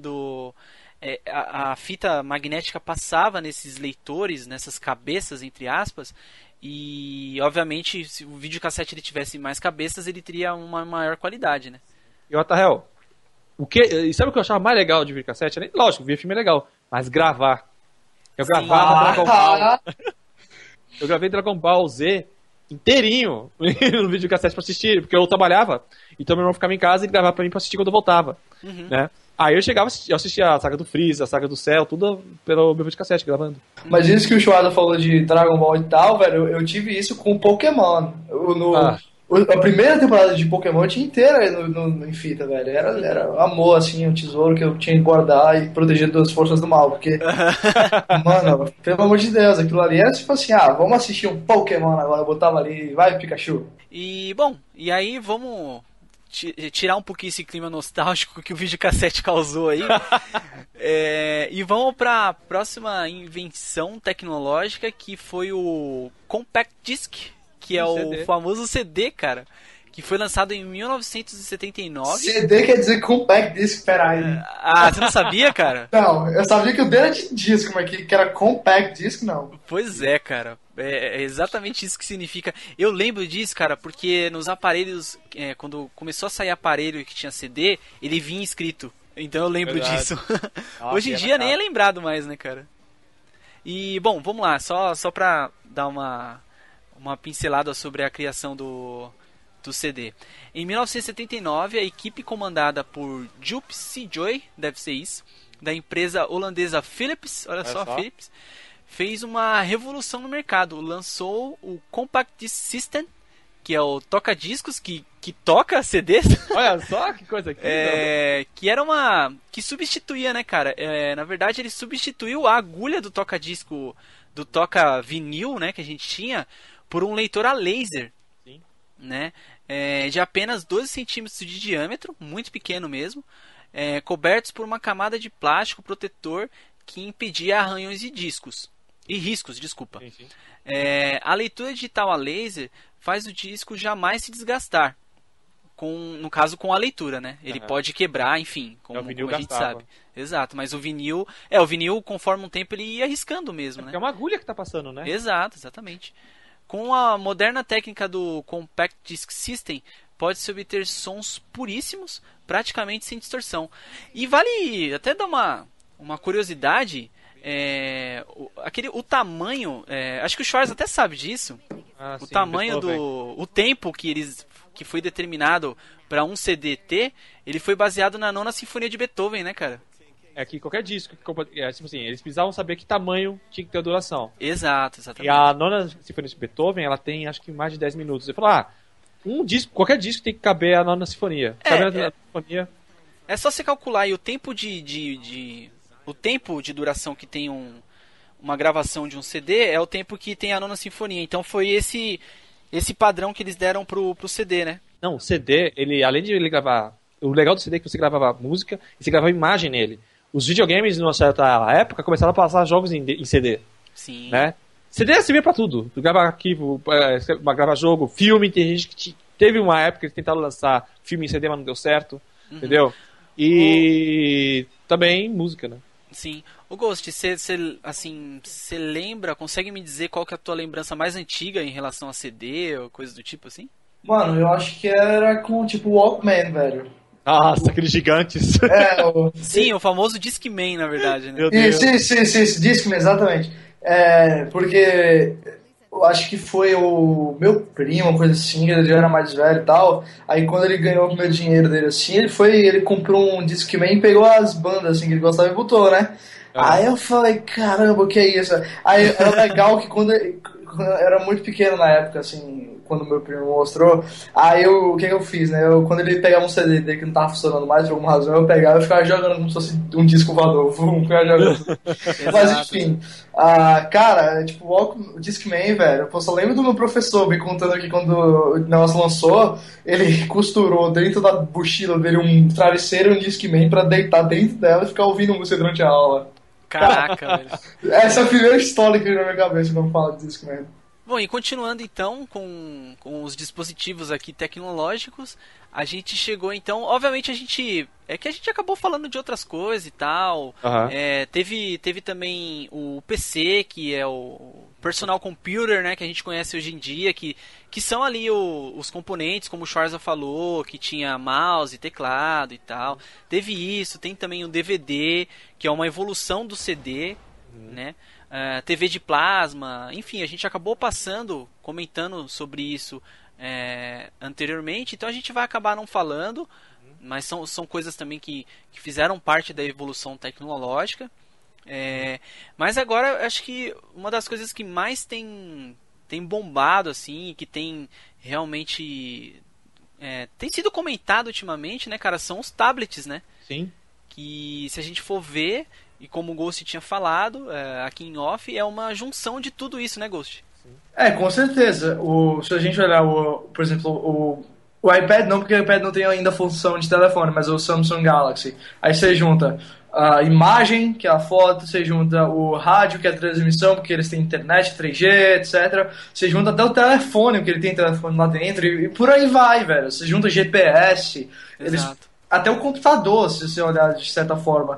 A fita magnética passava nesses leitores, nessas cabeças, entre aspas, e obviamente se o videocassete ele tivesse mais cabeças, ele teria uma maior qualidade, né? E o Atahel, sabe o que eu achava mais legal de videocassete? Lógico, ver filme é legal, mas gravar. Eu gravava Dragon Ball. Eu gravei Dragon Ball Z inteirinho no videocassete pra assistir, porque eu trabalhava, então meu irmão ficava em casa e gravava pra mim pra assistir quando eu voltava, né? Aí eu chegava, eu assistia a saga do Freeza, a saga do Cell, tudo pelo meu videocassete gravando. Mas isso que o Schwarza falou de Dragon Ball e tal, velho, eu tive isso com Pokémon. A primeira temporada de Pokémon eu tinha inteira em fita, velho. Era amor, assim, um tesouro que eu tinha que guardar e proteger das forças do mal. Porque, mano, pelo amor de Deus, aquilo ali era tipo assim, vamos assistir um Pokémon agora. Eu botava ali, vai Pikachu. E aí vamos tirar um pouquinho esse clima nostálgico que o videocassete causou aí. E vamos pra próxima invenção tecnológica, que foi o Compact Disc, que é o famoso CD, cara. que foi lançado em 1979. CD quer dizer Compact Disc, peraí. Ah, você não sabia, cara? Não, eu sabia que o dele era de disco, mas que era Compact Disc, não. Pois é, cara. É exatamente isso que significa. Eu lembro disso, cara, porque nos aparelhos, quando começou a sair aparelho que tinha CD, ele vinha escrito. Então eu lembro disso. Hoje em dia nem é lembrado mais, né, cara? E, bom, vamos lá. Só pra dar uma pincelada sobre a criação do CD. Em 1979, a equipe comandada por Joop C. deve ser isso, da empresa holandesa Philips, olha só, Philips, fez uma revolução no mercado. Lançou o Compact Disc System, que é o toca-discos que toca CDs. Olha só que coisa aqui. Que era que substituía, né, cara? Na verdade, ele substituiu a agulha do toca-disco, do toca-vinil, né, que a gente tinha, por um leitor a laser. Sim. Né? De apenas 12 centímetros de diâmetro, muito pequeno mesmo, cobertos por uma camada de plástico protetor que impedia arranhões e riscos, desculpa. Sim, sim. A leitura digital a laser faz o disco jamais se desgastar, no caso com a leitura, né? Ele pode quebrar, enfim, como a gente sabe. Exato, mas o vinil, conforme um tempo ele ia riscando mesmo, né? É uma agulha que tá passando, né? Exato, exatamente. Com a moderna técnica do Compact Disc System, pode-se obter sons puríssimos, praticamente sem distorção. E vale até dar uma curiosidade, o tamanho, acho que o Schwarz até sabe disso, o tamanho o tempo que foi determinado para um CD ter, ele foi baseado na Nona Sinfonia de Beethoven, né, cara? Que qualquer disco, tipo assim, eles precisavam saber que tamanho tinha que ter a duração. Exato, exatamente. E a Nona Sinfonia de Beethoven, ela tem acho que mais de 10 minutos. Eu falo, qualquer disco tem que caber a Nona Sinfonia. Sinfonia. É só você calcular aí o tempo o tempo de duração que tem uma gravação de um CD é o tempo que tem a Nona Sinfonia. Então foi esse padrão que eles deram pro CD, né? Não, o CD, além de ele gravar... O legal do CD é que você gravava música e você gravava imagem nele. Os videogames, numa certa época, começaram a passar jogos em CD. Sim. Né? CD servia pra tudo. Tu grava arquivo, grava jogo, filme. Tem gente que teve uma época que eles tentaram lançar filme em CD, mas não deu certo. Entendeu? E também música, né? Sim. O Ghost, você lembra, consegue me dizer qual que é a tua lembrança mais antiga em relação a CD ou coisa do tipo assim? Mano, eu acho que era com tipo Walkman, velho. Nossa, aqueles gigantes. Sim, o famoso Discman, na verdade, né? Isso, Discman, exatamente. Porque eu acho que foi o meu primo, uma coisa assim, ele já era mais velho e tal. Aí quando ele ganhou o meu dinheiro dele assim, ele comprou um Discman e pegou as bandas assim que ele gostava e botou, né? Aí eu falei, caramba, o que é isso? Aí era legal que quando eu era muito pequeno na época, assim, quando meu primo mostrou, aí o que eu fiz, né? Quando ele pegava um CD dele que não tava funcionando mais, por alguma razão, eu pegava e ficava jogando como se fosse um disco voador. Ficava jogando. Mas enfim, cara, tipo, o Discman, velho, eu só lembro do meu professor me contando que quando o negócio lançou, ele costurou dentro da mochila dele um travesseiro e um Discman pra deitar dentro dela e ficar ouvindo música durante a aula. Caraca, velho. Essa é a primeira história que veio na minha cabeça quando eu falo de Discman. Bom, e continuando então com os dispositivos aqui tecnológicos, a gente chegou então, obviamente a gente acabou falando de outras coisas e tal, teve também o PC, que é o personal computer, né, que a gente conhece hoje em dia, que são ali os componentes, como o Schwarza falou, que tinha mouse, teclado e tal, teve isso, tem também o DVD, que é uma evolução do CD, né, TV de plasma, enfim, a gente acabou comentando sobre isso anteriormente, então a gente vai acabar não falando, mas são coisas também que fizeram parte da evolução tecnológica. Mas agora acho que uma das coisas que mais tem bombado assim, que tem realmente tem sido comentado ultimamente, né, cara, são os tablets, né? Sim. Que se a gente for ver, e como o Ghost tinha falado aqui em off, é uma junção de tudo isso, né, Ghost? Com certeza. Se a gente olhar, por exemplo, o iPad não, porque o iPad não tem ainda a função de telefone, mas o Samsung Galaxy. Aí você junta a imagem, que é a foto, você junta o rádio, que é a transmissão, porque eles têm internet, 3G, etc. Você junta até o telefone, porque ele tem telefone lá dentro, e por aí vai, velho. Você junta GPS, até o computador, se você olhar de certa forma.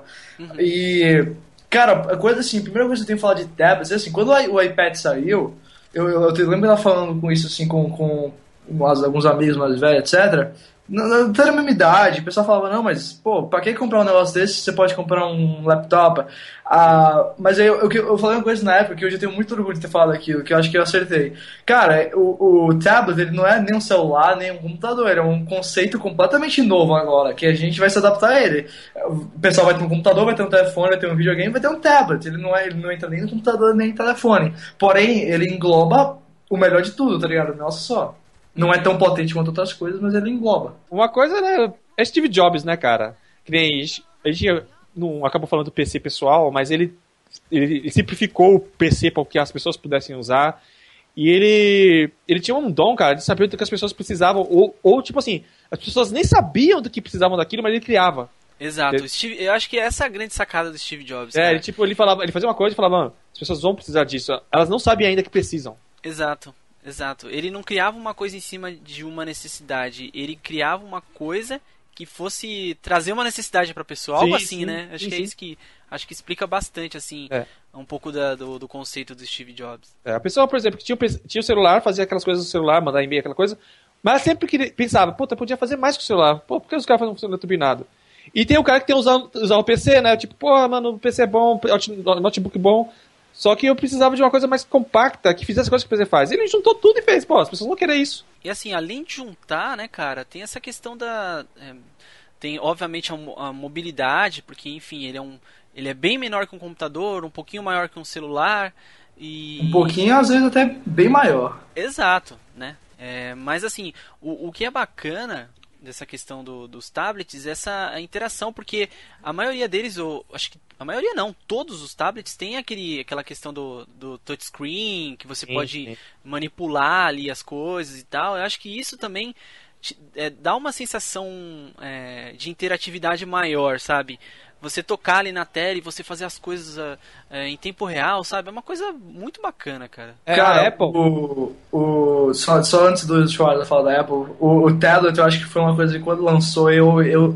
E, cara, a coisa assim, a primeira coisa que eu tenho que falar de tablets é assim, quando o iPad saiu, eu lembro ela falando com isso assim, com alguns amigos mais velhos, etc. Não era a mesma idade, o pessoal falava, não, mas, pô, pra que comprar um negócio desse se você pode comprar um laptop? Mas aí eu falei uma coisa na época que hoje eu tenho muito orgulho de ter falado aquilo, que eu acho que eu acertei. Cara, o tablet, ele não é nem um celular, nem um computador, ele é um conceito completamente novo agora, que a gente vai se adaptar a ele. O pessoal vai ter um computador, vai ter um telefone, vai ter um videogame, vai ter um tablet, ele não entra nem no computador, nem no telefone. Porém, ele engloba o melhor de tudo, tá ligado? Nossa, só. Não é tão potente quanto outras coisas, mas ele engloba. Uma coisa, né, é Steve Jobs, né, cara? Que nem a gente não acabou falando do PC pessoal, mas ele simplificou o PC para que as pessoas pudessem usar. E ele tinha um dom, cara, de saber do que as pessoas precisavam. Ou tipo assim, as pessoas nem sabiam do que precisavam daquilo, mas ele criava. Exato. Eu acho que essa é a grande sacada do Steve Jobs. Cara. Ele fazia uma coisa e falava, mano, as pessoas vão precisar disso. Elas não sabem ainda que precisam. Exato. Ele não criava uma coisa em cima de uma necessidade. Ele criava uma coisa que fosse trazer uma necessidade para a pessoa. Algo assim, né? Acho que é isso que... Acho que explica bastante, assim, um pouco do conceito do Steve Jobs. A pessoa, por exemplo, que tinha o celular, fazia aquelas coisas no celular, mandar e-mail, aquela coisa, mas sempre pensava, puta, podia fazer mais com o celular. Pô, por que os caras fazem um celular turbinado? E tem o cara que tem usar o PC, né? Tipo, pô, mano, o PC é bom, o notebook bom. Só que eu precisava de uma coisa mais compacta, que fizesse as coisas que o PC faz. Ele juntou tudo e fez. Pô, as pessoas vão querer isso. E assim, além de juntar, né, cara, tem essa questão tem, obviamente, a mobilidade, porque, enfim, ele é bem menor que um computador, um pouquinho maior que um celular. Um pouquinho, às vezes, até bem maior. Exato, né? Mas, assim, o que é bacana dessa questão dos tablets é essa interação, porque a maioria deles, acho que a maioria não, todos os tablets têm aquela questão do touchscreen, que você pode manipular ali as coisas e tal. Eu acho que isso também dá uma sensação de interatividade maior, sabe? Você tocar ali na tela e você fazer as coisas em tempo real, sabe? É uma coisa muito bacana, cara. Cara, a Apple... Só antes do Schwarzer falar da Apple, o tablet eu acho que foi uma coisa que quando lançou eu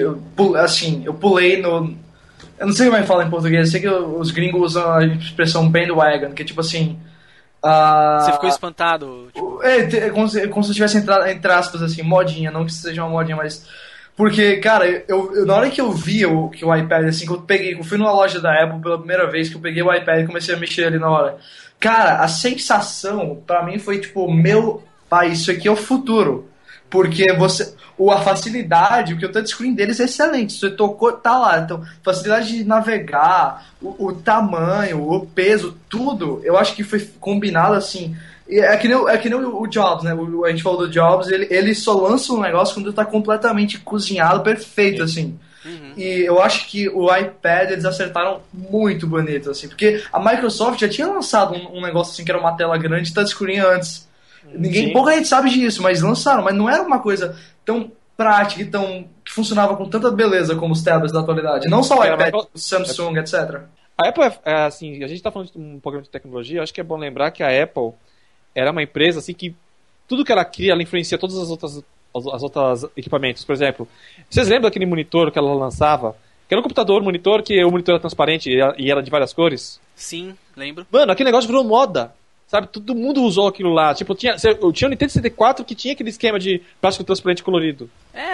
pulei no... Eu não sei como é que fala em português, eu sei que os gringos usam a expressão bandwagon, que é tipo assim... Você ficou espantado? Tipo... como se eu tivesse entrado, entre aspas, assim, modinha, não que seja uma modinha, mas... Porque, cara, na hora que eu vi que o iPad, assim, que eu fui numa loja da Apple pela primeira vez, que eu peguei o iPad e comecei a mexer ali na hora. Cara, a sensação, pra mim, foi tipo, isso aqui é o futuro. Porque a facilidade, porque o touchscreen deles é excelente. Se você tocou, tá lá. Então, facilidade de navegar, o tamanho, o peso, tudo, eu acho que foi combinado assim. É que nem o Jobs, né? A gente falou do Jobs, ele só lança um negócio quando tá completamente cozinhado, perfeito, assim. E eu acho que o iPad eles acertaram muito bonito, assim, porque a Microsoft já tinha lançado um negócio assim que era uma tela grande touchscreen antes. Pouca gente sabe disso, mas lançaram, mas não era uma coisa tão prática e que funcionava com tanta beleza como os tablets da atualidade. Não só o iPad, o Samsung, etc. A Apple, assim, a gente tá falando de um programa de tecnologia, acho que é bom lembrar que a Apple era uma empresa assim que tudo que ela cria, ela influencia todas as outras equipamentos. Por exemplo, vocês lembram daquele monitor que ela lançava? Que era um monitor que o monitor era transparente e era de várias cores? Sim, lembro. Mano, aquele negócio virou moda. Sabe, todo mundo usou aquilo lá. Tipo, tinha o Nintendo 64 que tinha aquele esquema de plástico transparente colorido.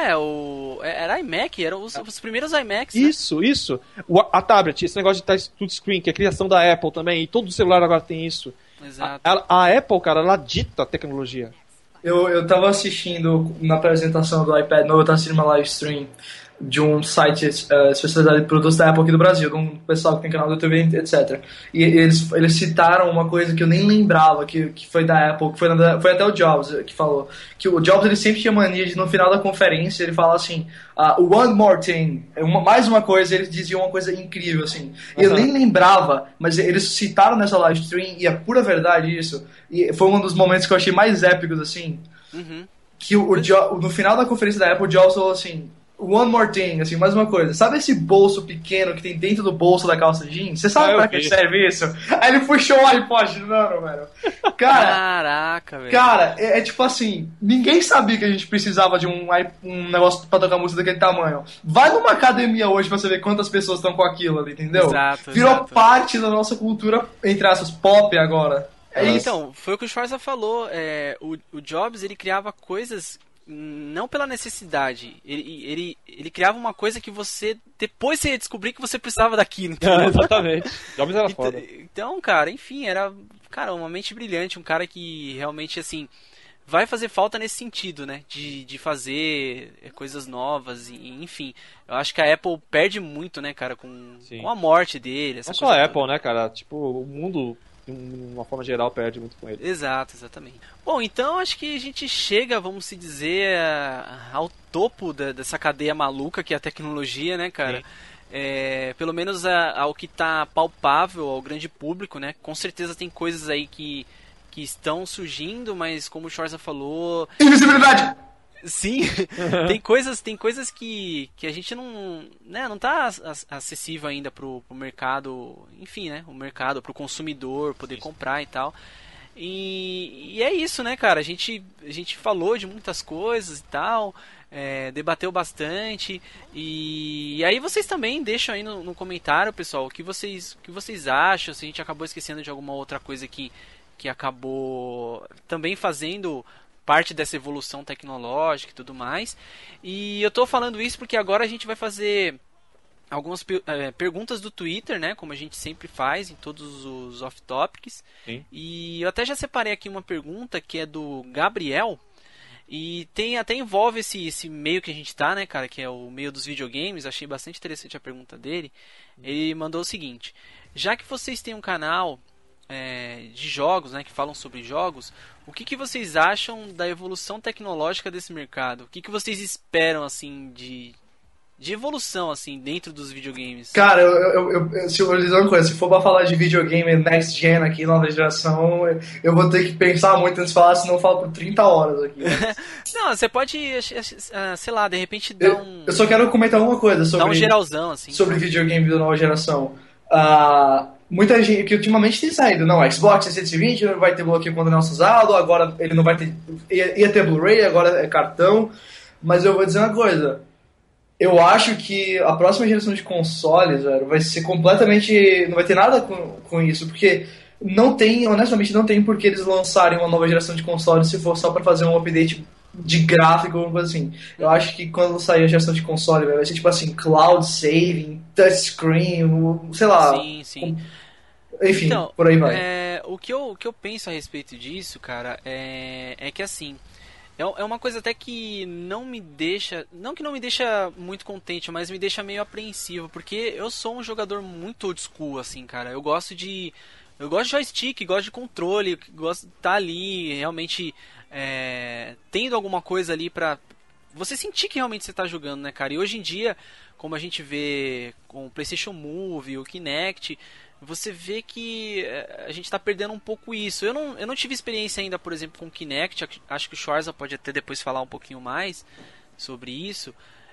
Era iMac, eram os primeiros iMacs. Isso. A tablet, esse negócio de touchscreen, que é a criação da Apple também, e todo celular agora tem isso. Exato. A Apple, cara, ela dita a tecnologia. Eu tava assistindo na apresentação do iPad novo, eu tava assistindo uma live stream de um site especializado em produtos da Apple aqui do Brasil, de um pessoal que tem canal do YouTube, etc. E eles citaram uma coisa que eu nem lembrava, que foi da Apple, que foi até o Jobs que falou, que o Jobs ele sempre tinha mania de, no final da conferência, ele fala assim, one more thing, mais uma coisa, eles diziam uma coisa incrível, assim. Eu nem lembrava, mas eles citaram nessa live stream, e é pura verdade isso, e foi um dos momentos que eu achei mais épicos, assim, que no final da conferência da Apple, o Jobs falou assim, one more thing, assim, mais uma coisa. Sabe esse bolso pequeno que tem dentro do bolso da calça jeans? Você sabe pra que serve isso? Aí ele puxou o iPod, não, velho. Caraca, velho. Cara, é tipo assim, ninguém sabia que a gente precisava de um negócio pra tocar música daquele tamanho. Vai numa academia hoje pra você ver quantas pessoas estão com aquilo ali, entendeu? Exato, Virou parte da nossa cultura, entre aspas, pop agora. É isso. Então, foi o que o Schwarza falou. O Jobs, ele criava coisas não pela necessidade. Ele criava uma coisa que depois você ia descobrir que você precisava daquilo. Exatamente. Jobs era foda. Então, cara, enfim, era, cara, uma mente brilhante, um cara que realmente, assim, vai fazer falta nesse sentido, né? De fazer coisas novas, enfim. Eu acho que a Apple perde muito, né, cara, com a morte dele. Não só a Apple, né, cara? Tipo, o mundo, de uma forma geral, perde muito com ele. Exato, exatamente. Bom, então acho que a gente chega, vamos se dizer, ao topo dessa cadeia maluca que é a tecnologia, né, cara? Pelo menos ao que tá palpável ao grande público, né? Com certeza tem coisas aí que estão surgindo, mas como o Schwarza falou... Invisibilidade! Sim, tem coisas que a gente não tá acessível ainda pro mercado, enfim, né? O mercado, pro consumidor poder comprar e tal. E é isso, né, cara? A gente falou de muitas coisas e tal, debateu bastante. E aí vocês também deixam aí no comentário, pessoal, o que vocês acham, se a gente acabou esquecendo de alguma outra coisa que acabou também fazendo parte dessa evolução tecnológica e tudo mais. E eu tô falando isso porque agora a gente vai fazer algumas perguntas do Twitter, né? Como a gente sempre faz em todos os off-topics. Sim. E eu até já separei aqui uma pergunta que é do Gabriel. E até envolve esse meio que a gente tá, né, cara? Que é o meio dos videogames. Achei bastante interessante a pergunta dele. Ele mandou o seguinte: já que vocês têm um canal de jogos, né, que falam sobre jogos, o que vocês acham da evolução tecnológica desse mercado? O que vocês esperam, assim, de evolução, assim, dentro dos videogames? Cara, se eu vou dizer uma coisa, se for pra falar de videogame next gen aqui, nova geração, eu vou ter que pensar muito antes de falar, senão eu falo por 30 horas aqui. Não, você pode, sei lá, de repente dar eu só quero comentar uma coisa sobre... Dar um geralzão, assim. Sobre videogame da nova geração. Muita gente que ultimamente tem saído, não, Xbox 620 não vai ter bloqueio quando não é usado, agora ele não vai ter... Ia ter Blu-ray, agora é cartão, mas eu vou dizer uma coisa... Eu acho que a próxima geração de consoles, velho, vai ser completamente... Não vai ter nada com isso, porque honestamente não tem por que eles lançarem uma nova geração de consoles se for só pra fazer um update de gráfico ou alguma coisa assim. Eu acho que quando sair a geração de console, velho, vai ser tipo assim, cloud saving, touchscreen, sei lá. Sim. Enfim, então, por aí vai. O que eu penso a respeito disso, cara, é que assim... É uma coisa até que não me deixa muito contente, mas me deixa meio apreensivo, porque eu sou um jogador muito old school, assim, cara. Eu gosto de joystick, gosto de controle, gosto de estar ali realmente tendo alguma coisa ali pra você sentir que realmente você tá jogando, né, cara? E hoje em dia, como a gente vê com o PlayStation Move, o Kinect, você vê que a gente está perdendo um pouco isso. Eu não tive experiência ainda, por exemplo, com o Kinect. Acho que o Schwarza pode até depois falar um pouquinho mais sobre isso.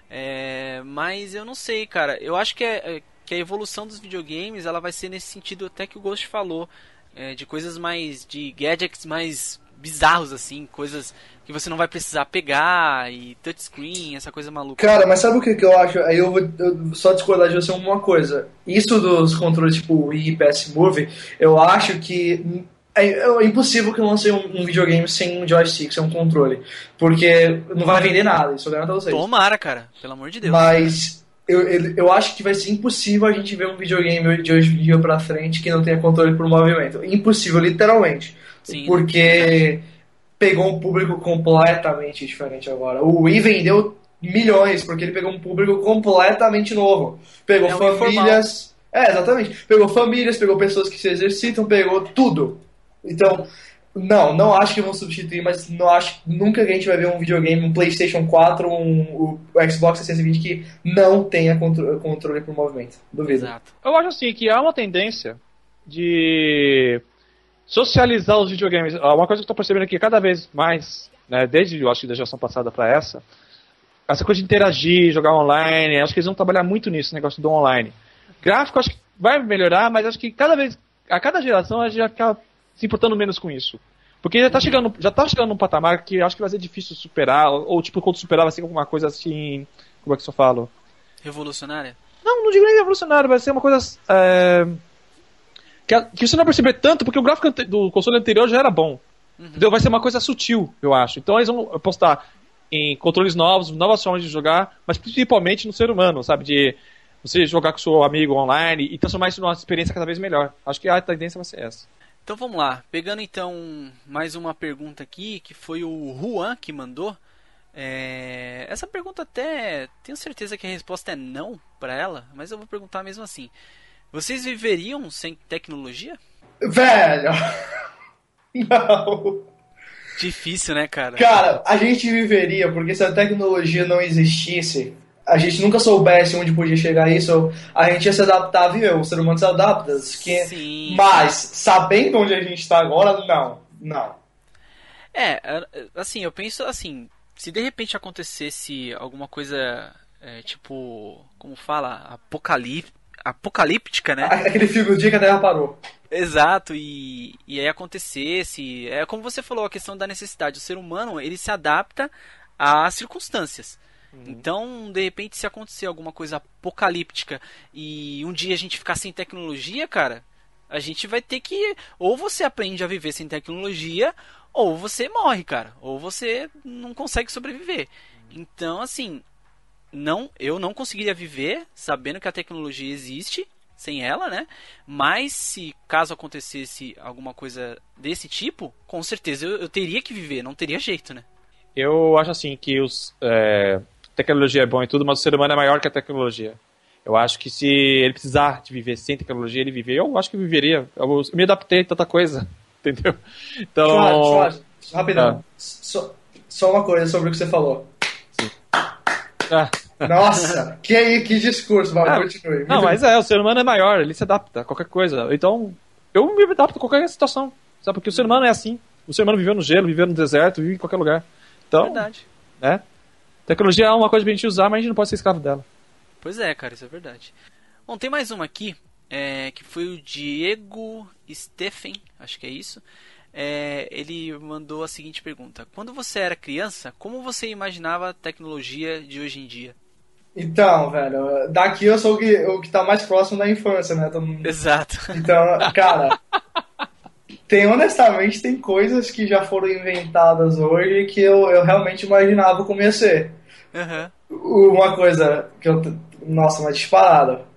Mas eu não sei, cara. Eu acho que a evolução dos videogames ela vai ser nesse sentido até que o Ghost falou. De coisas mais... de gadgets mais bizarros, assim. Coisas que você não vai precisar pegar. E touchscreen, essa coisa maluca. Cara, mas sabe o que eu acho? Aí eu vou só discordar de você uma coisa. Isso dos controles tipo Wii e PS Move, eu acho que é impossível que lance um videogame sem um joystick, sem um controle. Porque não vai vender nada, isso eu garanto a vocês. Tomara, cara. Pelo amor de Deus. Mas eu acho que vai ser impossível a gente ver um videogame de hoje em dia pra frente que não tenha controle por movimento. Impossível, literalmente. Sim, porque pegou um público completamente diferente agora. O Wii vendeu milhões, porque ele pegou um público completamente novo. Pegou famílias... exatamente. Pegou famílias, pegou pessoas que se exercitam, pegou tudo. Então, não acho que vão substituir, mas não acho nunca que a gente vai ver um videogame, um PlayStation 4, o Xbox 620 que não tenha controle por movimento. Duvido. Exato. Eu acho assim que há uma tendência de socializar os videogames. Uma coisa que eu estou percebendo aqui cada vez mais, né, desde eu acho que da geração passada para essa, essa coisa de interagir, jogar online, acho que eles vão trabalhar muito nisso, negócio do online. Gráfico, acho que vai melhorar, mas acho que a cada geração, a gente vai ficar se importando menos com isso. Porque já tá chegando num patamar que acho que vai ser difícil superar, ou tipo, quando superar vai ser alguma coisa assim, como é que eu falo? Revolucionária? Não digo nem revolucionário, vai ser uma coisa que você não vai perceber tanto, porque o gráfico do console anterior já era bom. Entendeu? Vai ser uma coisa sutil, eu acho. Então eles vão apostar em controles novos, novas formas de jogar, mas principalmente no ser humano, sabe? De você jogar com seu amigo online e transformar isso numa experiência cada vez melhor. Acho que a tendência vai ser essa. Então vamos lá. Pegando então mais uma pergunta aqui, que foi o Juan que mandou. Essa pergunta até tenho certeza que a resposta é não para ela, mas eu vou perguntar mesmo assim. Vocês viveriam sem tecnologia? Velho! Não. Difícil, né, cara? Cara, a gente viveria, porque se a tecnologia não existisse, a gente nunca soubesse onde podia chegar isso, a gente ia se adaptar a viver, o ser humano se adapta. Sim. Mas, sabendo onde a gente está agora, não. Assim, eu penso assim, se de repente acontecesse alguma coisa, tipo, como fala, apocalíptica, né? Aquele filme do dia que a Terra parou. Exato, e aí acontecesse, como você falou, a questão da necessidade, o ser humano, ele se adapta às circunstâncias. Então, de repente, se acontecer alguma coisa apocalíptica e um dia a gente ficar sem tecnologia, cara, a gente vai ter que, ou você aprende a viver sem tecnologia, ou você morre, cara, ou você não consegue sobreviver. Então, assim, eu não conseguiria viver sabendo que a tecnologia existe, sem ela, né? Mas se caso acontecesse alguma coisa desse tipo, com certeza eu teria que viver, não teria jeito, né? Eu acho assim que tecnologia é bom e tudo, mas o ser humano é maior que a tecnologia. Eu acho que se ele precisar de viver sem tecnologia, ele viver, eu acho que viveria. Eu me adaptei a tanta coisa, entendeu? Então... Claro, rapidão. Só uma coisa sobre o que você falou. Sim. Nossa, que discurso, continue. Não, mas o ser humano é maior, ele se adapta a qualquer coisa. Então, eu me adapto a qualquer situação, sabe? Porque o ser humano é assim. O ser humano viveu no gelo, viveu no deserto, vive em qualquer lugar. Então, verdade. Né? Tecnologia é uma coisa pra gente usar, mas a gente não pode ser escravo dela. Pois é, cara, isso é verdade. Bom, tem mais uma aqui, que foi o Diego Steffen, acho que é isso. Ele mandou a seguinte pergunta: quando você era criança, como você imaginava a tecnologia de hoje em dia? Então, velho, daqui eu sou o que tá mais próximo da infância, né? Exato. Então, cara, honestamente, tem coisas que já foram inventadas hoje que eu realmente imaginava como ia ser. Uma coisa que nossa, uma disparada.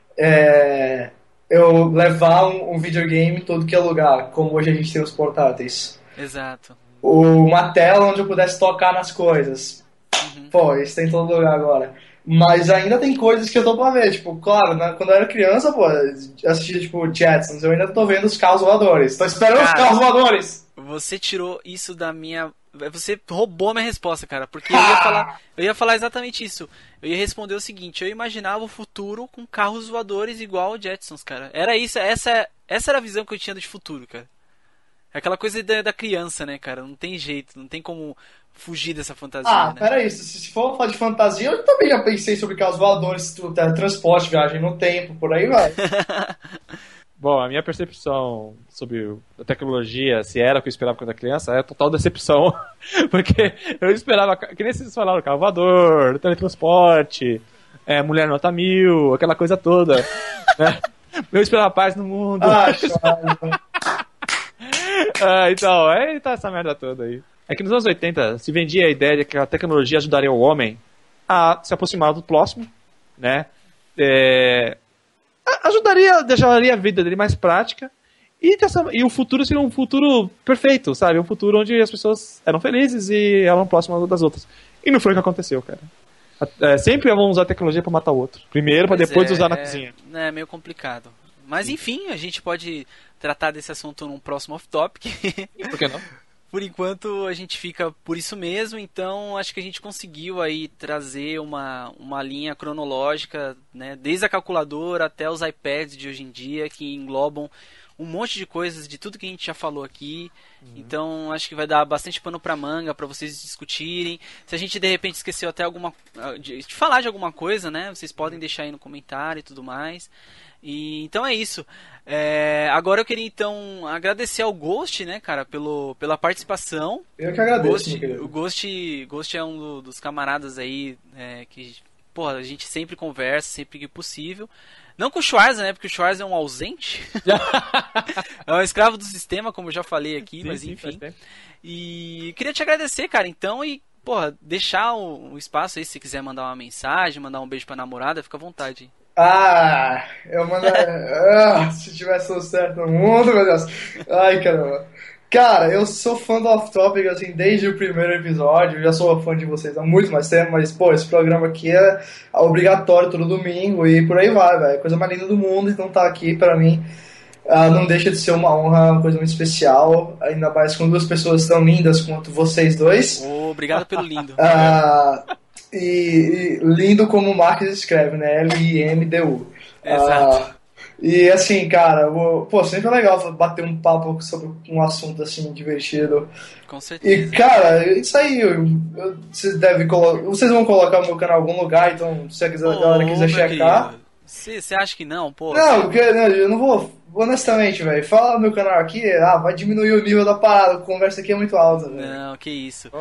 Eu levar um videogame em todo que é lugar, como hoje a gente tem os portáteis. Exato. Uma tela onde eu pudesse tocar nas coisas. Pô, isso tem em todo lugar agora. Mas ainda tem coisas que eu tô pra ver. Tipo, claro, quando eu era criança, pô, eu assistia, tipo, Jetsons. Eu ainda tô vendo os carros voadores. Tô esperando os carros voadores. Você tirou isso da minha... Você roubou a minha resposta, cara. Porque eu ia falar exatamente isso. Eu ia responder o seguinte: eu imaginava o futuro com carros voadores igual o Jetsons, cara. Era isso, essa era a visão que eu tinha de futuro, cara. Aquela coisa da criança, né, cara? Não tem jeito, não tem como fugir dessa fantasia, né? Peraí, se for falar de fantasia, eu também já pensei sobre carros voadores, transporte, viagem no tempo, por aí vai. Bom, a minha percepção sobre a tecnologia, se era o que eu esperava quando era criança, é total decepção. Porque eu esperava, que nem vocês falaram, carro voador, teletransporte, mulher nota 1000, aquela coisa toda. Né? Eu esperava paz no mundo. Então, tá essa merda toda aí. É que nos anos 80 se vendia a ideia de que a tecnologia ajudaria o homem a se aproximar do próximo, né? Deixaria a vida dele mais prática e o futuro seria um futuro perfeito, sabe? Um futuro onde as pessoas eram felizes e eram próximas das outras. E não foi o que aconteceu, cara. Sempre vão usar a tecnologia pra matar o outro. Primeiro, pra depois usar na cozinha. É meio complicado. Mas enfim, a gente pode tratar desse assunto num próximo off-topic. Por que não? Por enquanto a gente fica por isso mesmo, então acho que a gente conseguiu aí trazer uma linha cronológica, né, desde a calculadora até os iPads de hoje em dia, que englobam um monte de coisas de tudo que a gente já falou aqui. Então acho que vai dar bastante pano pra manga pra vocês discutirem. Se a gente de repente esqueceu até de falar de alguma coisa, né? Vocês podem deixar aí no comentário e tudo mais. E então é isso. Agora eu queria então agradecer ao Ghost, né, cara, pela participação. Eu que agradeço, meu querido. O Ghost é um dos camaradas aí que, porra, a gente sempre conversa, sempre que possível. Não com o Schwarza, né, porque o Schwarza é um ausente. É um escravo do sistema, como eu já falei aqui, mas enfim. E queria te agradecer, cara, então, e, porra, deixar o espaço aí, se quiser mandar uma mensagem, mandar um beijo pra namorada, fica à vontade. Eu mando. Se tivesse tudo certo no mundo, meu Deus. Ai, caramba. Cara, eu sou fã do Off Topic, assim, desde o primeiro episódio. Eu já sou fã de vocês há muito mais tempo, mas, pô, esse programa aqui é obrigatório todo domingo e por aí vai, velho. Coisa mais linda do mundo, então tá aqui pra mim. Não deixa de ser uma honra, uma coisa muito especial, ainda mais com duas pessoas tão lindas quanto vocês dois. Obrigado pelo lindo. E lindo como o Marques escreve, né? L-I-M-D-U. Exato. E assim, cara, pô, sempre é legal bater um papo sobre um assunto assim divertido. Com certeza. E, cara, isso aí, vocês vão colocar o meu canal em algum lugar, então se a galera quiser checar. Você acha que não, pô? Não, eu não vou. Honestamente, velho, fala no meu canal aqui, vai diminuir o nível da parada, a conversa aqui é muito alta, velho. Não, que isso.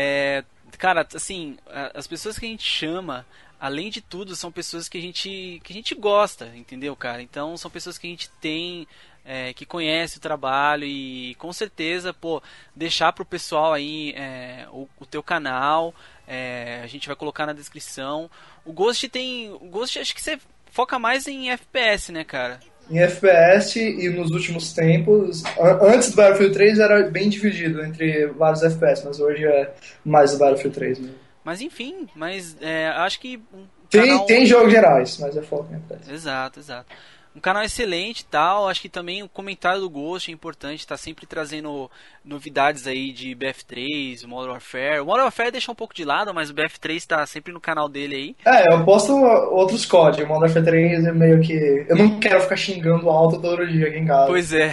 Cara, assim, as pessoas que a gente chama, além de tudo, são pessoas que a gente gosta, entendeu, cara? Então, são pessoas que a gente tem, que conhece o trabalho e, com certeza, pô, deixar pro pessoal aí o teu canal, a gente vai colocar na descrição. O Ghost, acho que você foca mais em FPS, né, cara? Em FPS e nos últimos tempos, antes do Battlefield 3 era bem dividido entre vários FPS, mas hoje é mais o Battlefield 3 mesmo. Mas enfim, acho que tem jogos gerais, mas é foco em FPS. Exato. Um canal excelente e tal, acho que também o comentário do Ghost é importante, tá sempre trazendo novidades aí de BF3, o Modern Warfare. O Modern Warfare deixa um pouco de lado, mas o BF3 tá sempre no canal dele aí. Eu posto outros códigos, o Modern Warfare 3 é meio que... Eu não quero ficar xingando alto todo dia aqui em casa. Pois é.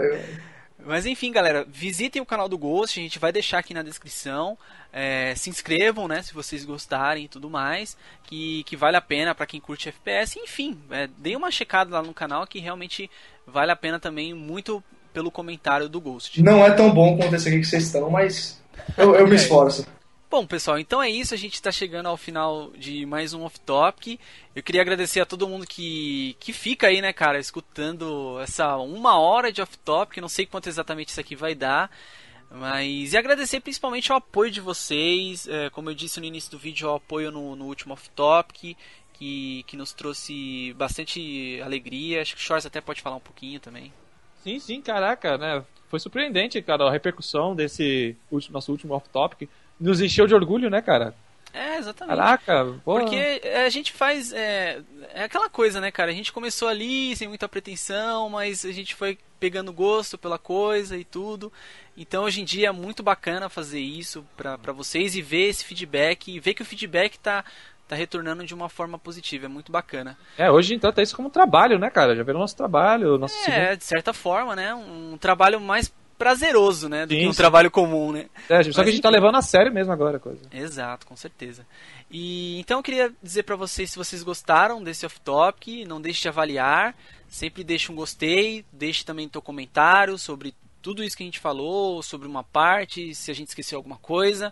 Mas enfim, galera, visitem o canal do Ghost, a gente vai deixar aqui na descrição. Se inscrevam, né, se vocês gostarem e tudo mais, que vale a pena pra quem curte FPS. Enfim, deem uma checada lá no canal que realmente vale a pena também, muito pelo comentário do Ghost. Não é tão bom quanto esse aqui que vocês estão, mas eu me esforço. Bom, pessoal, então é isso, a gente está chegando ao final de mais um Off Topic. Eu queria agradecer a todo mundo que fica aí, né, cara, escutando essa 1 hora de Off Topic, não sei quanto exatamente isso aqui vai dar, mas e agradecer principalmente ao apoio de vocês, como eu disse no início do vídeo, ao apoio no último Off Topic, que nos trouxe bastante alegria, acho que o Shores até pode falar um pouquinho também. Sim, caraca, né, foi surpreendente, cara, a repercussão desse nosso último Off Topic. Nos encheu de orgulho, né, cara? Exatamente. Caraca, porra. Porque a gente faz... É aquela coisa, né, cara? A gente começou ali sem muita pretensão, mas a gente foi pegando gosto pela coisa e tudo. Então, hoje em dia, é muito bacana fazer isso pra vocês e ver esse feedback. E ver que o feedback tá retornando de uma forma positiva. É muito bacana. Hoje, então, tá isso como trabalho, né, cara? Já viram nosso trabalho. De certa forma, né? Um trabalho mais prazeroso, né, do que um trabalho comum, né? Só que a gente tá levando a sério mesmo agora a coisa. Exato, com certeza. E então eu queria dizer pra vocês, se vocês gostaram desse Off Topic, não deixe de avaliar, sempre deixe um gostei, deixe também teu comentário sobre tudo isso que a gente falou, sobre uma parte, se a gente esqueceu alguma coisa.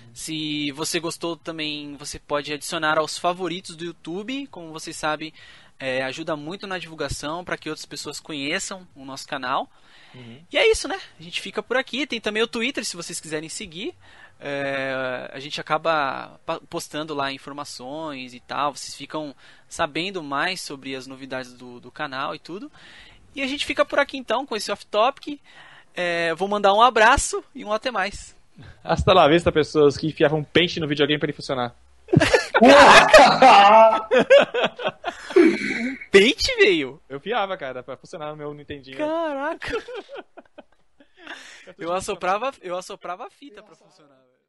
Se você gostou também, você pode adicionar aos favoritos do YouTube, como vocês sabem, ajuda muito na divulgação para que outras pessoas conheçam o nosso canal. E é isso, né? A gente fica por aqui. Tem também o Twitter, se vocês quiserem seguir. A gente acaba postando lá informações e tal. Vocês ficam sabendo mais sobre as novidades do canal e tudo. E a gente fica por aqui então com esse Off Topic. Vou mandar um abraço e um até mais. Hasta la vista, pessoas que enfiavam pente no videogame para ele funcionar. Pente, veio? Eu fiava, cara, pra funcionar no meu Nintendinho. Caraca! Eu assoprava a fita pra funcionar, velho.